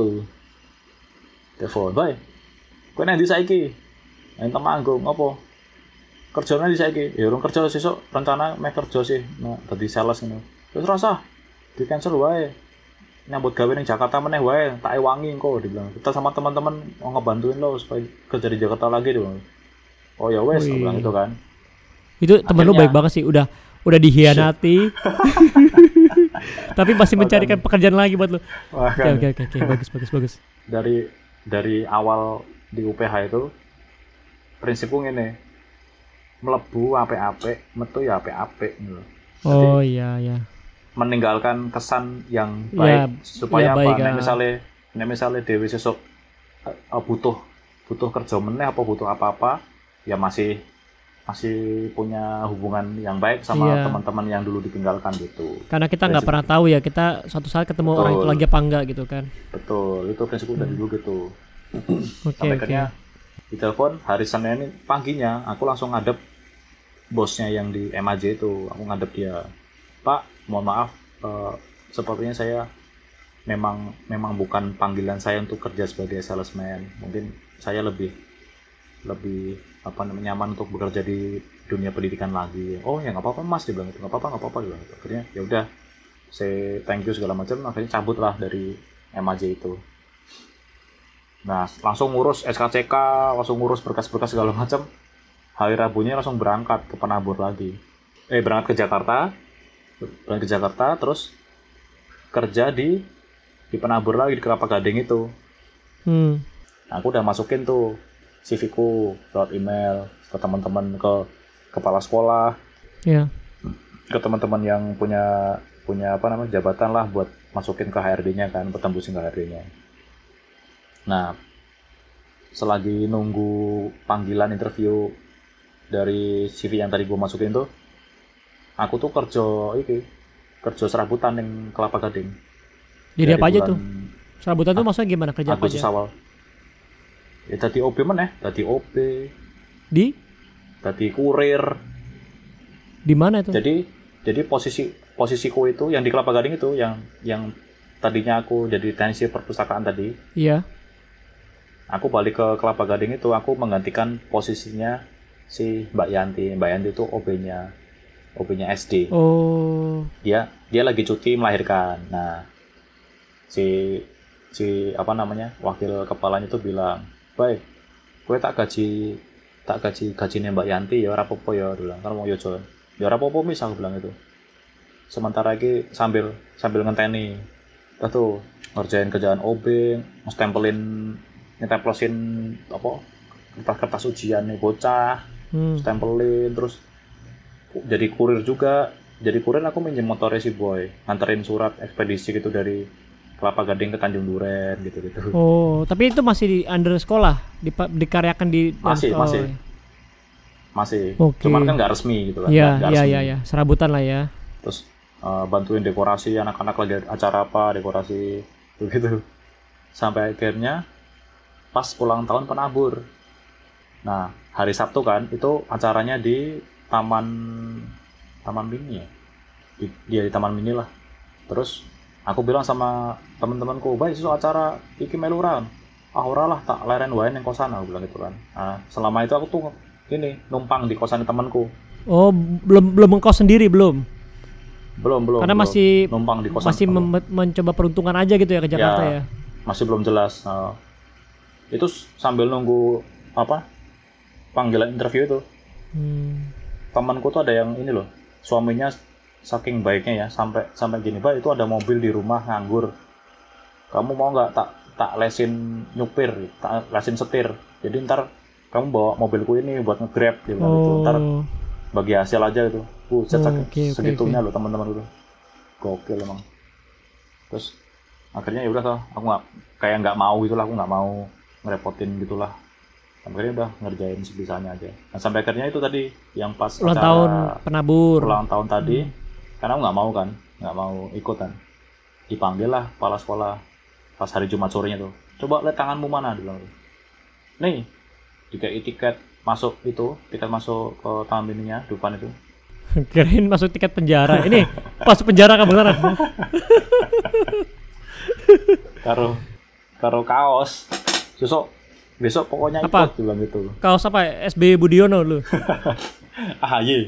Boy, kowe nang ndi saiki? Nang Temanggung apa? Kerjanya di saiki, ya urung kerja sesuk, rencana meh kerja sih, dadi sales ngono. Terus rasa di cancel wae. Nyambut gawe ning Jakarta meneh wae, tak ewangi engko dibilang. Kita sama teman-teman mau ngebantuin lo supaya kerja di Jakarta lagi dibilang. Oh ya wes, bilang itu kan. Itu temen lu baik banget sih, udah dihianati. Tapi masih mencarikan pekerjaan lagi buat lu. Oke, bagus. Dari awal di UPH itu prinsipku ngene. Mlebu apik-apik, metu ya apik-apik gitu. Oh iya. Meninggalkan kesan yang baik supaya apa? Nek misale dhewe sesuk butuh kerja meneh apa butuh apa-apa ya masih punya hubungan yang baik sama teman-teman yang dulu ditinggalkan gitu. Karena kita nggak pernah tahu ya, kita suatu saat ketemu orang itu lagi apa enggak gitu kan. Betul, itu prinsipku dari dulu gitu. Sampai akhirnya di telepon hari Senin paginya aku langsung ngadep bosnya yang di MAJ itu. Aku ngadep dia, Pak, mohon maaf, sepertinya saya memang bukan panggilan saya untuk kerja sebagai salesman. Mungkin saya lebih nyaman untuk bekerja di dunia pendidikan lagi. Oh ya nggak apa-apa mas, dia bilang itu nggak apa-apa dia bilang. Akhirnya ya udah, saya thank you segala macam. Akhirnya cabut lah dari MAJ itu. Nah langsung ngurus SKCK, langsung ngurus berkas-berkas segala macam. Hari Rabunya langsung berangkat ke Penabur lagi. Berangkat ke Jakarta, terus kerja di Penabur lagi di Kelapa Gading itu. Nah, aku udah masukin tuh CV-ku lewat email ke teman-teman, ke kepala sekolah, ke teman-teman yang punya jabatan lah buat masukin ke HRD-nya kan, tembusin ke HRD-nya. Nah, selagi nunggu panggilan interview dari CV yang tadi gue masukin tuh, aku tuh kerja serabutan yang Kelapa Gading. Jadi apa aja tuh? Serabutan tuh maksudnya gimana, kerja apa aja? Awal. Ya tadi OB tadi OB. Tadi kurir. Di mana itu? Jadi posisiku itu yang di Kelapa Gading itu yang tadinya aku jadi teknisi perpustakaan tadi. Iya. Aku balik ke Kelapa Gading itu, aku menggantikan posisinya si Mbak Yanti. Mbak Yanti itu OB-nya SD. Oh. Dia lagi cuti melahirkan. Nah, si wakil kepalanya itu bilang, "Baik, kowe tak gaji gajinya Mbak Yanti ya ora apa-apa ya," bilang. Kan mau yo Jon. Ya ora apa-apa mis, aku bilang itu. Sementara iki sambil ngenteni. Tuh ngerjain kerjaan OB, ngetempelin nyetemplosin kertas ujian nih bocah. Stempelin, terus jadi kurir juga. Jadi kurir aku minjem motornya si Boy, nganterin surat ekspedisi gitu dari Kelapa Gading ke Tanjung Duren gitu. Oh, tapi itu masih di under sekolah, dikaryakan di masih. Okay. Cuman kan nggak resmi gitu kan. Iya, serabutan lah ya. Terus bantuin dekorasi anak-anak lagi acara apa, dekorasi gitu. Sampai akhirnya pas ulang tahun Penabur. Nah, hari Sabtu kan itu acaranya di Taman Mini ya. Di Taman Mini lah. Terus aku bilang sama teman-temanku, "Baik, itu acara iki meluran." "Ah, ora lah, tak leren wae ning kosan," aku bilang gitu kan. Nah, selama itu aku tuh numpang di kosan temanku. Oh, belum ngekos sendiri belum? Belum. Karena masih numpang di kosan. Masih mencoba peruntungan aja gitu ya ke Jakarta ya. Masih belum jelas. Nah, itu sambil nunggu panggilan interview itu. Temanku tuh ada yang ini loh, suaminya saking baiknya ya, sampai gini, "Pak, itu ada mobil di rumah nganggur. Kamu mau nggak tak lesin nyupir, tak lesin setir. Jadi ntar kamu bawa mobilku ini buat nge-grab gitu. Ntar bagi hasil aja itu." Segitunya loh teman-teman itu. Gokil emang. Terus akhirnya ya udah tuh, aku nggak mau gitulah, aku nggak mau ngerepotin gitulah. Akhirnya udah ngerjain sebisanya aja. Nah, sampai akhirnya itu tadi yang pas ulang tahun Penabur. Ulang tahun tadi, karena aku nggak mau ikut kan. Dipanggil lah kepala sekolah pas hari Jumat sorenya tuh. "Coba lihat tanganmu mana," dia bilang. "Nih, tiket masuk ke Taman Mininya, Dufan itu." Kirain masuk tiket penjara. Ini pas penjara kan beneran. Karo kaos. Besok pokoknya ikut bilang gitu. Kaos apa? SBY Budiono lu. AHY.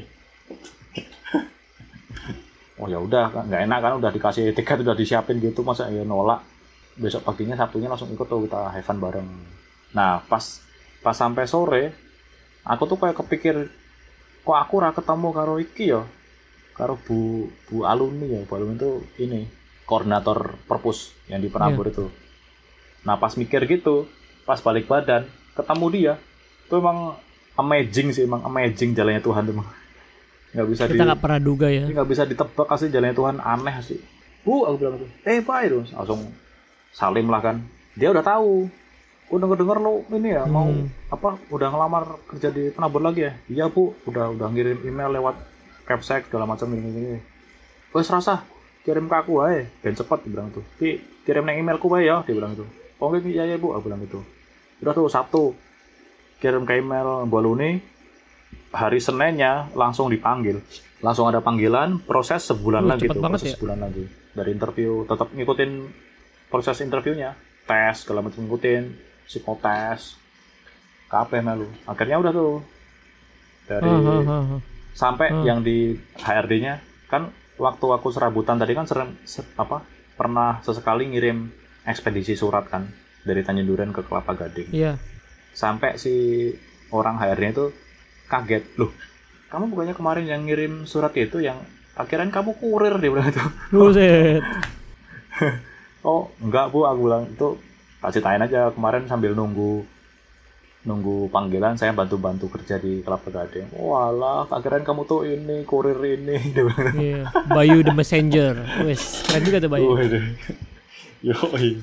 Oh ya udah, nggak enak kan, udah dikasih tiket, udah disiapin gitu, masa ya nolak. Besok paginya Sabtunya langsung ikut tuh, kita have fun bareng. Nah, pas sampai sore, aku tuh kayak kepikir kok aku ora ketemu karo iki ya, karo Bu alumni ya. Bu alumni itu ini koordinator perpus yang di Penabur itu. Nah pas mikir gitu, pas balik badan ketemu dia, itu emang amazing sih, emang amazing jalannya Tuhan tuh, emang nggak bisa kita nggak pernah duga ya, nggak bisa ditebak asli jalannya Tuhan, aneh sih. Bu, aku bilang tuh, Pak itu langsung salim lah kan, dia udah tahu. Aku denger lo ini ya mau apa, udah ngelamar kerja di Penabur lagi ya? Iya Bu, udah ngirim email lewat Capsec segala macam ini. Wes rasa kirim ke aku aja, ben cepet dia bilang tuh. Kirim nang emailku bae ya, dia bilang itu. Oh iya Bu, aku bilang gitu. Udah tuh Sabtu kirim ke email Bu Aluni, hari Seninnya langsung dipanggil. Langsung ada panggilan, proses sebulan lagi tuh, proses sebulan lagi. Dari interview, tetap ngikutin proses interviewnya, tes segala macam ngikutin. Psikotes KP melu. Akhirnya udah tuh dari sampai yang di HRD-nya kan, waktu aku serabutan tadi kan pernah sesekali ngirim ekspedisi surat kan dari Tanjung Duren ke Kelapa Gading. Iya. Sampai si orang HRD-nya itu kaget, loh kamu bukannya kemarin yang ngirim surat itu, yang akhirnya kamu kurir, dia bilang itu. Buset. Oh enggak Bu, aku bilang itu kasih tanyain aja, kemarin sambil nunggu panggilan saya bantu kerja di Kelapa Gading. Walah, akhirnya kamu tuh ini kurir ini. Iya, Bayu the Messenger. Wes, keren juga tuh Bayu. Yoi.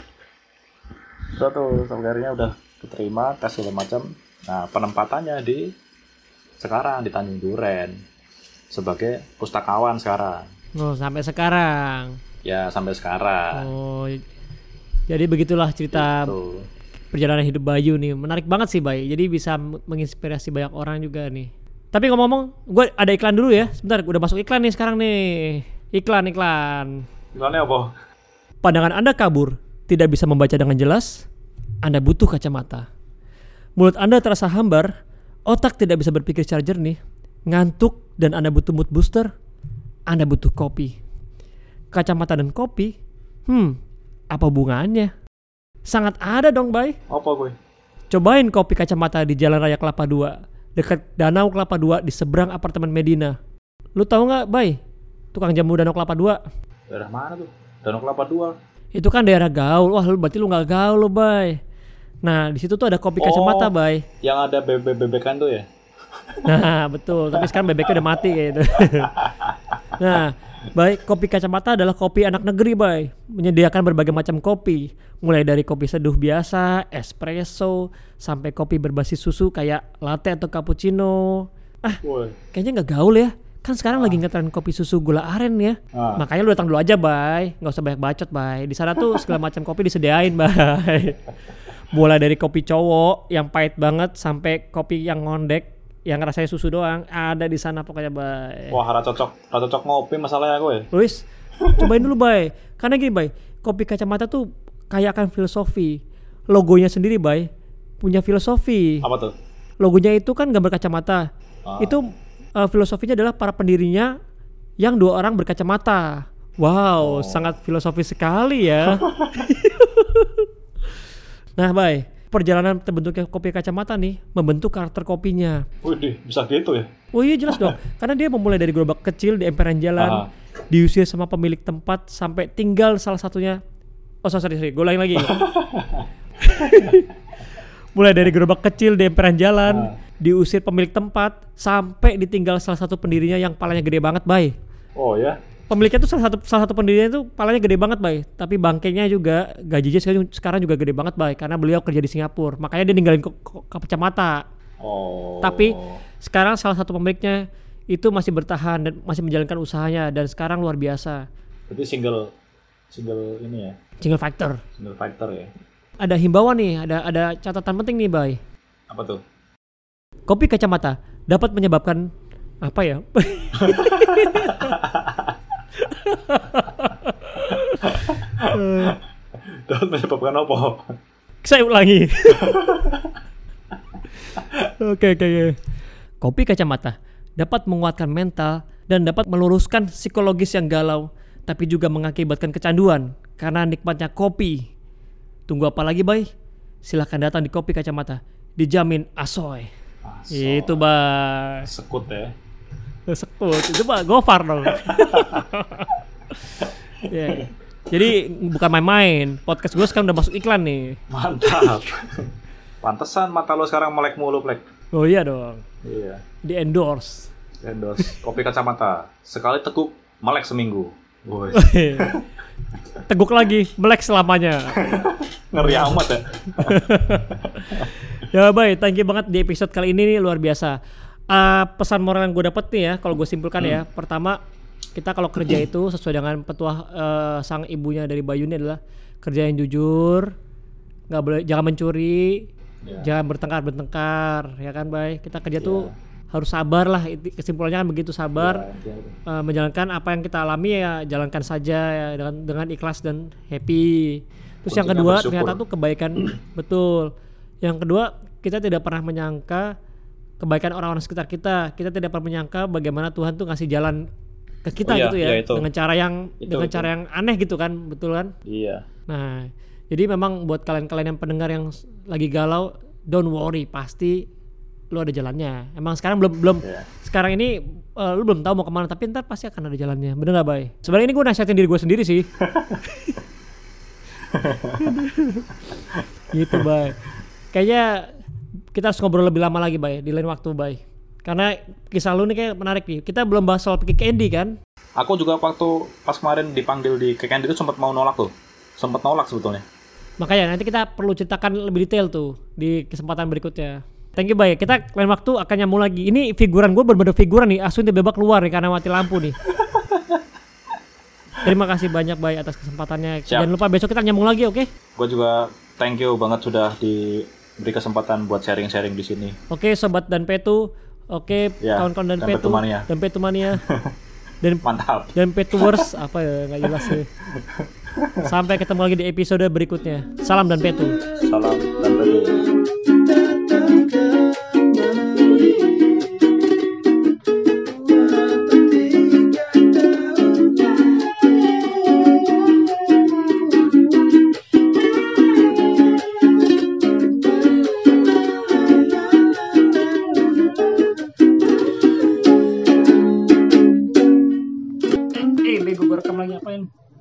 Tuh akhirnya udah keterima, tes segala macam. Nah, penempatannya sekarang di Tanjung Duren sebagai pustakawan sekarang. Oh, sampai sekarang. Ya, sampai sekarang. Oh. Jadi begitulah cerita perjalanan hidup Bayu nih. Menarik banget sih Bay. Jadi bisa menginspirasi banyak orang juga nih. Tapi ngomong-ngomong, gue ada iklan dulu ya. Sebentar, udah masuk iklan nih sekarang nih. Iklan. Iklannya apa? Pandangan Anda kabur, tidak bisa membaca dengan jelas, Anda butuh kacamata. Mulut Anda terasa hambar, otak tidak bisa berpikir secara jernih, ngantuk dan Anda butuh mood booster, Anda butuh kopi. Kacamata dan kopi, apa hubungannya? Sangat ada dong, Bay. Apa gue? Cobain kopi kacamata di Jalan Raya Kelapa II, dekat Danau Kelapa II di seberang apartemen Medina. Lu tahu nggak, Bay? Tukang jamu Danau Kelapa II. Daerah mana tuh? Danau Kelapa II. Itu kan daerah gaul. Wah, berarti lu nggak gaul lo, Bay. Nah, di situ tuh ada kopi kacamata, Bay. Yang ada bebek-bebekan tuh ya? Nah, betul. Tapi sekarang bebeknya udah mati kayak gitu. Nah, Bay, kopi kacamata adalah kopi anak negeri, Bay. Menyediakan berbagai macam kopi, mulai dari kopi seduh biasa, espresso, sampai kopi berbasis susu kayak latte atau cappuccino. Kayaknya nggak gaul ya. Kan sekarang lagi ngetren kopi susu gula aren ya. Makanya lu datang dulu aja, Bay. Nggak usah banyak bacot, Bay. Di sana tuh segala macam kopi disediain, Bay. Mulai dari kopi cowok yang pahit banget sampai kopi yang ngondek yang rasanya susu doang ada di sana pokoknya, Bay. Wah, rada cocok ngopi masalahnya gue. Luis, cobain dulu, Bay. Karena gini, Bay, kopi kacamata tuh kayak akan filosofi. Logonya sendiri, Bay, punya filosofi. Apa tuh? Logonya itu kan gambar kacamata. Itu filosofinya adalah para pendirinya yang 2 orang berkacamata. Wow, sangat filosofi sekali ya. Nah, Bay, perjalanan terbentuknya kopi kacamata nih membentuk karakter kopinya. Wih, bisa gitu ya? Oh iya, jelas dong. Karena dia memulai dari gerobak kecil di emperan jalan, diusir sama pemilik tempat sampai tinggal salah satunya. Oh sorry, gue ulangi lagi. Mulai dari gerobak kecil di emperan jalan, diusir pemilik tempat sampai ditinggal salah satu pendirinya yang palanya gede banget, Bay. Oh ya? Pemiliknya tuh salah satu pendirinya tuh palanya gede banget, Bay. Tapi bangkainya juga, gajinya sekarang juga gede banget, Bay. Karena beliau kerja di Singapura. Makanya dia ninggalin kacamata. Tapi sekarang salah satu pemiliknya itu masih bertahan dan masih menjalankan usahanya. Dan sekarang luar biasa. Berarti single ini ya? Single factor ya? Ada himbauan nih, ada catatan penting nih, Bay. Apa tuh? Kopi kacamata dapat menyebabkan apa ya? Dapat menyebabkan apa? Saya ulangi. Oke. Kopi kacamata dapat menguatkan mental dan dapat meluruskan psikologis yang galau, tapi juga mengakibatkan kecanduan karena nikmatnya kopi. Tunggu apa lagi, Bay? Silahkan datang di Kopi Kacamata. Dijamin asoy. Itu Bay. Sekut ya. Sekut. Itu Pak Gofar dong. Yeah. Jadi bukan main-main. Podcast gue sekarang udah masuk iklan nih. Mantap. Pantesan mata lo sekarang melek mulu, Plek. Oh iya dong. Iya. Di endorse. Kopi kacamata. Sekali teguk melek seminggu. Woi. Teguk lagi, melek selamanya. Ngeri amat ya. Ya Bay, thank you banget di episode kali ini nih, luar biasa. Pesan moral yang gue dapet nih ya, kalau gue simpulkan ya. Pertama, kita kalau kerja itu sesuai dengan petuah sang ibunya dari Bayu ini adalah kerja yang jujur, nggak boleh, jangan mencuri, jangan bertengkar, ya kan Bay. Kita kerja tuh harus sabar lah, kesimpulannya kan begitu, sabar, menjalankan apa yang kita alami ya jalankan saja ya, dengan ikhlas dan happy. Terus yang kedua bersyukur. Ternyata tuh kebaikan betul. Yang kedua, kita tidak pernah menyangka kebaikan orang-orang sekitar kita. Kita tidak pernah menyangka bagaimana Tuhan tuh ngasih jalan ke kita gitu ya, dengan cara yang cara yang aneh gitu kan, betul kan? Iya. Nah, jadi memang buat kalian-kalian yang pendengar yang lagi galau, don't worry, pasti lu ada jalannya. Emang sekarang belum sekarang ini lu belum tahu mau kemana, tapi ntar pasti akan ada jalannya. Bener nggak Bay? Sebenarnya ini gue nasihatin diri gue sendiri sih. Gitu Bay. Kayaknya kita harus ngobrol lebih lama lagi Bay, di lain waktu Bay. Karena kisah lu nih kayak menarik nih. Kita belum bahas soal Kick Andy kan? Aku juga waktu pas kemarin dipanggil di Kick Andy itu sempat mau nolak tuh. Sempat nolak sebetulnya. Makanya nanti kita perlu ceritakan lebih detail tuh di kesempatan berikutnya. Thank you Bay. Kita lain waktu akan nyambung lagi. Ini figuran gue bener-bener figuran nih. Asun tiba-tiba keluar nih karena mati lampu nih. Terima kasih banyak Bay atas kesempatannya. Siap. Jangan lupa besok kita nyambung lagi, oke? Gue juga thank you banget sudah diberi kesempatan buat sharing-sharing di sini. Oke, sobat dan Petu. Oke, kawan-kawan dan Petu. Dan Petu Mania. Dan mantap. Dan Petuers apa ya, nggak jelas ya. Sampai ketemu lagi di episode berikutnya. Salam dan Petu. Salam dan Petu. Bego gue rekam lagi apain?